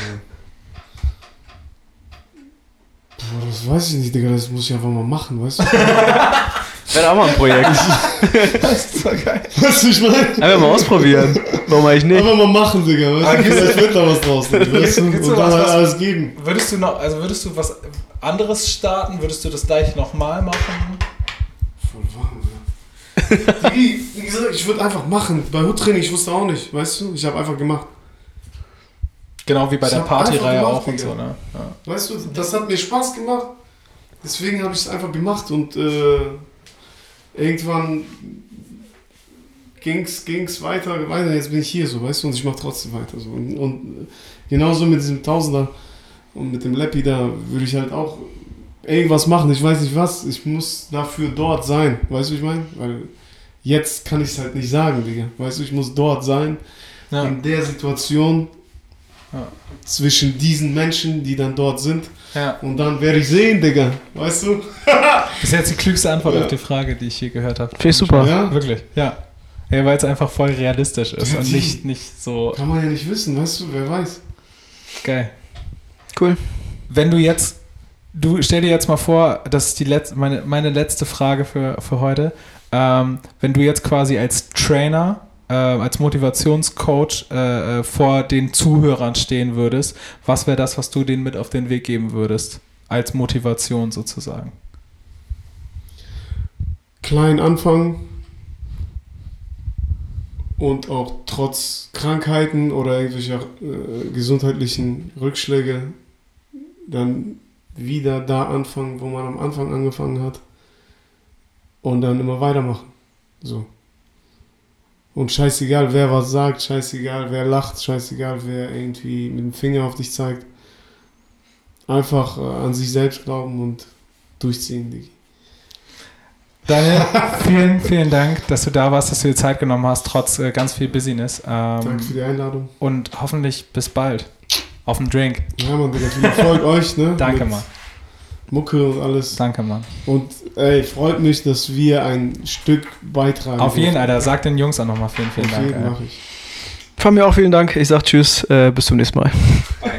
Boah, das weiß ich nicht, Digga, das muss ich einfach mal machen, weißt du? Wäre auch mal ein Projekt. Das ist so geil. Weißt du, ich meine? Einfach mal ausprobieren. Warum eigentlich nicht? Einfach mal machen, Digga, weißt Aber du? gibt's- Vielleicht wird da was draus, Digga, weißt du? Gibt's Und sowas, dann halt was- alles geben. Würdest du noch, also würdest du was anderes starten? Würdest du das gleich nochmal machen? Voll warm, Digga. Wie, wie gesagt, ich würde einfach machen. Bei Hood-Training, ich wusste auch nicht, weißt du? Ich habe einfach gemacht. Genau wie bei Ich der hab Partyreihe einfach auch gemacht, und so, Digga. ne? Ja. Weißt du, das hat mir Spaß gemacht. Deswegen habe ich es einfach gemacht und äh, irgendwann ging's, ging's weiter, weiter. Jetzt bin ich hier so, weißt du, und ich mache trotzdem weiter so. Und, und genauso mit diesem Tausender und mit dem Leppi da würde ich halt auch irgendwas machen. Ich weiß nicht was. Ich muss dafür dort sein. Weißt du, wie ich meine? Weil jetzt kann ich es halt nicht sagen, Digga. Weißt du, ich muss dort sein. Ja. In der Situation Ja. zwischen diesen Menschen, die dann dort sind. Ja. Und dann werde ich sehen, Digga. Weißt du? Das ist jetzt die klügste Antwort Ja. auf die Frage, die ich je gehört habe. Finde ich super. Ja? Wirklich, ja. Ja, weil es einfach voll realistisch ist Ja, und die- nicht, nicht so Kann man ja nicht wissen, weißt du? Wer weiß. geil. Cool. Wenn du jetzt, du stell dir jetzt mal vor, das ist die letzte, meine, meine letzte Frage für, für heute. Ähm, wenn du jetzt quasi als Trainer, äh, als Motivationscoach äh, äh, vor den Zuhörern stehen würdest, was wäre das, was du denen mit auf den Weg geben würdest? Als Motivation sozusagen. Klein anfangen und auch trotz Krankheiten oder irgendwelcher äh, gesundheitlichen Rückschläge dann wieder da anfangen, wo man am Anfang angefangen hat und dann immer weitermachen. So. Und scheißegal, wer was sagt, scheißegal, wer lacht, scheißegal, wer irgendwie mit dem Finger auf dich zeigt. Einfach äh, an sich selbst glauben und durchziehen, Digi. Daniel, vielen, vielen Dank, dass du da warst, dass du dir Zeit genommen hast, trotz äh, ganz viel Busyness. Ähm, Danke für die Einladung. und hoffentlich bis bald. Auf den Drink. Ja, Mann, Digga, viel Erfolg euch, ne? Danke, Mit Mann. Mucke und alles. Danke, Mann. Und ey, freut mich, dass wir ein Stück beitragen. Auf jeden, dürfen. Alter. Sag den Jungs auch nochmal vielen, vielen Auf Dank. jeden ey. mache ich. Von mir auch vielen Dank. Ich sag Tschüss. Äh, bis zum nächsten Mal. Bye.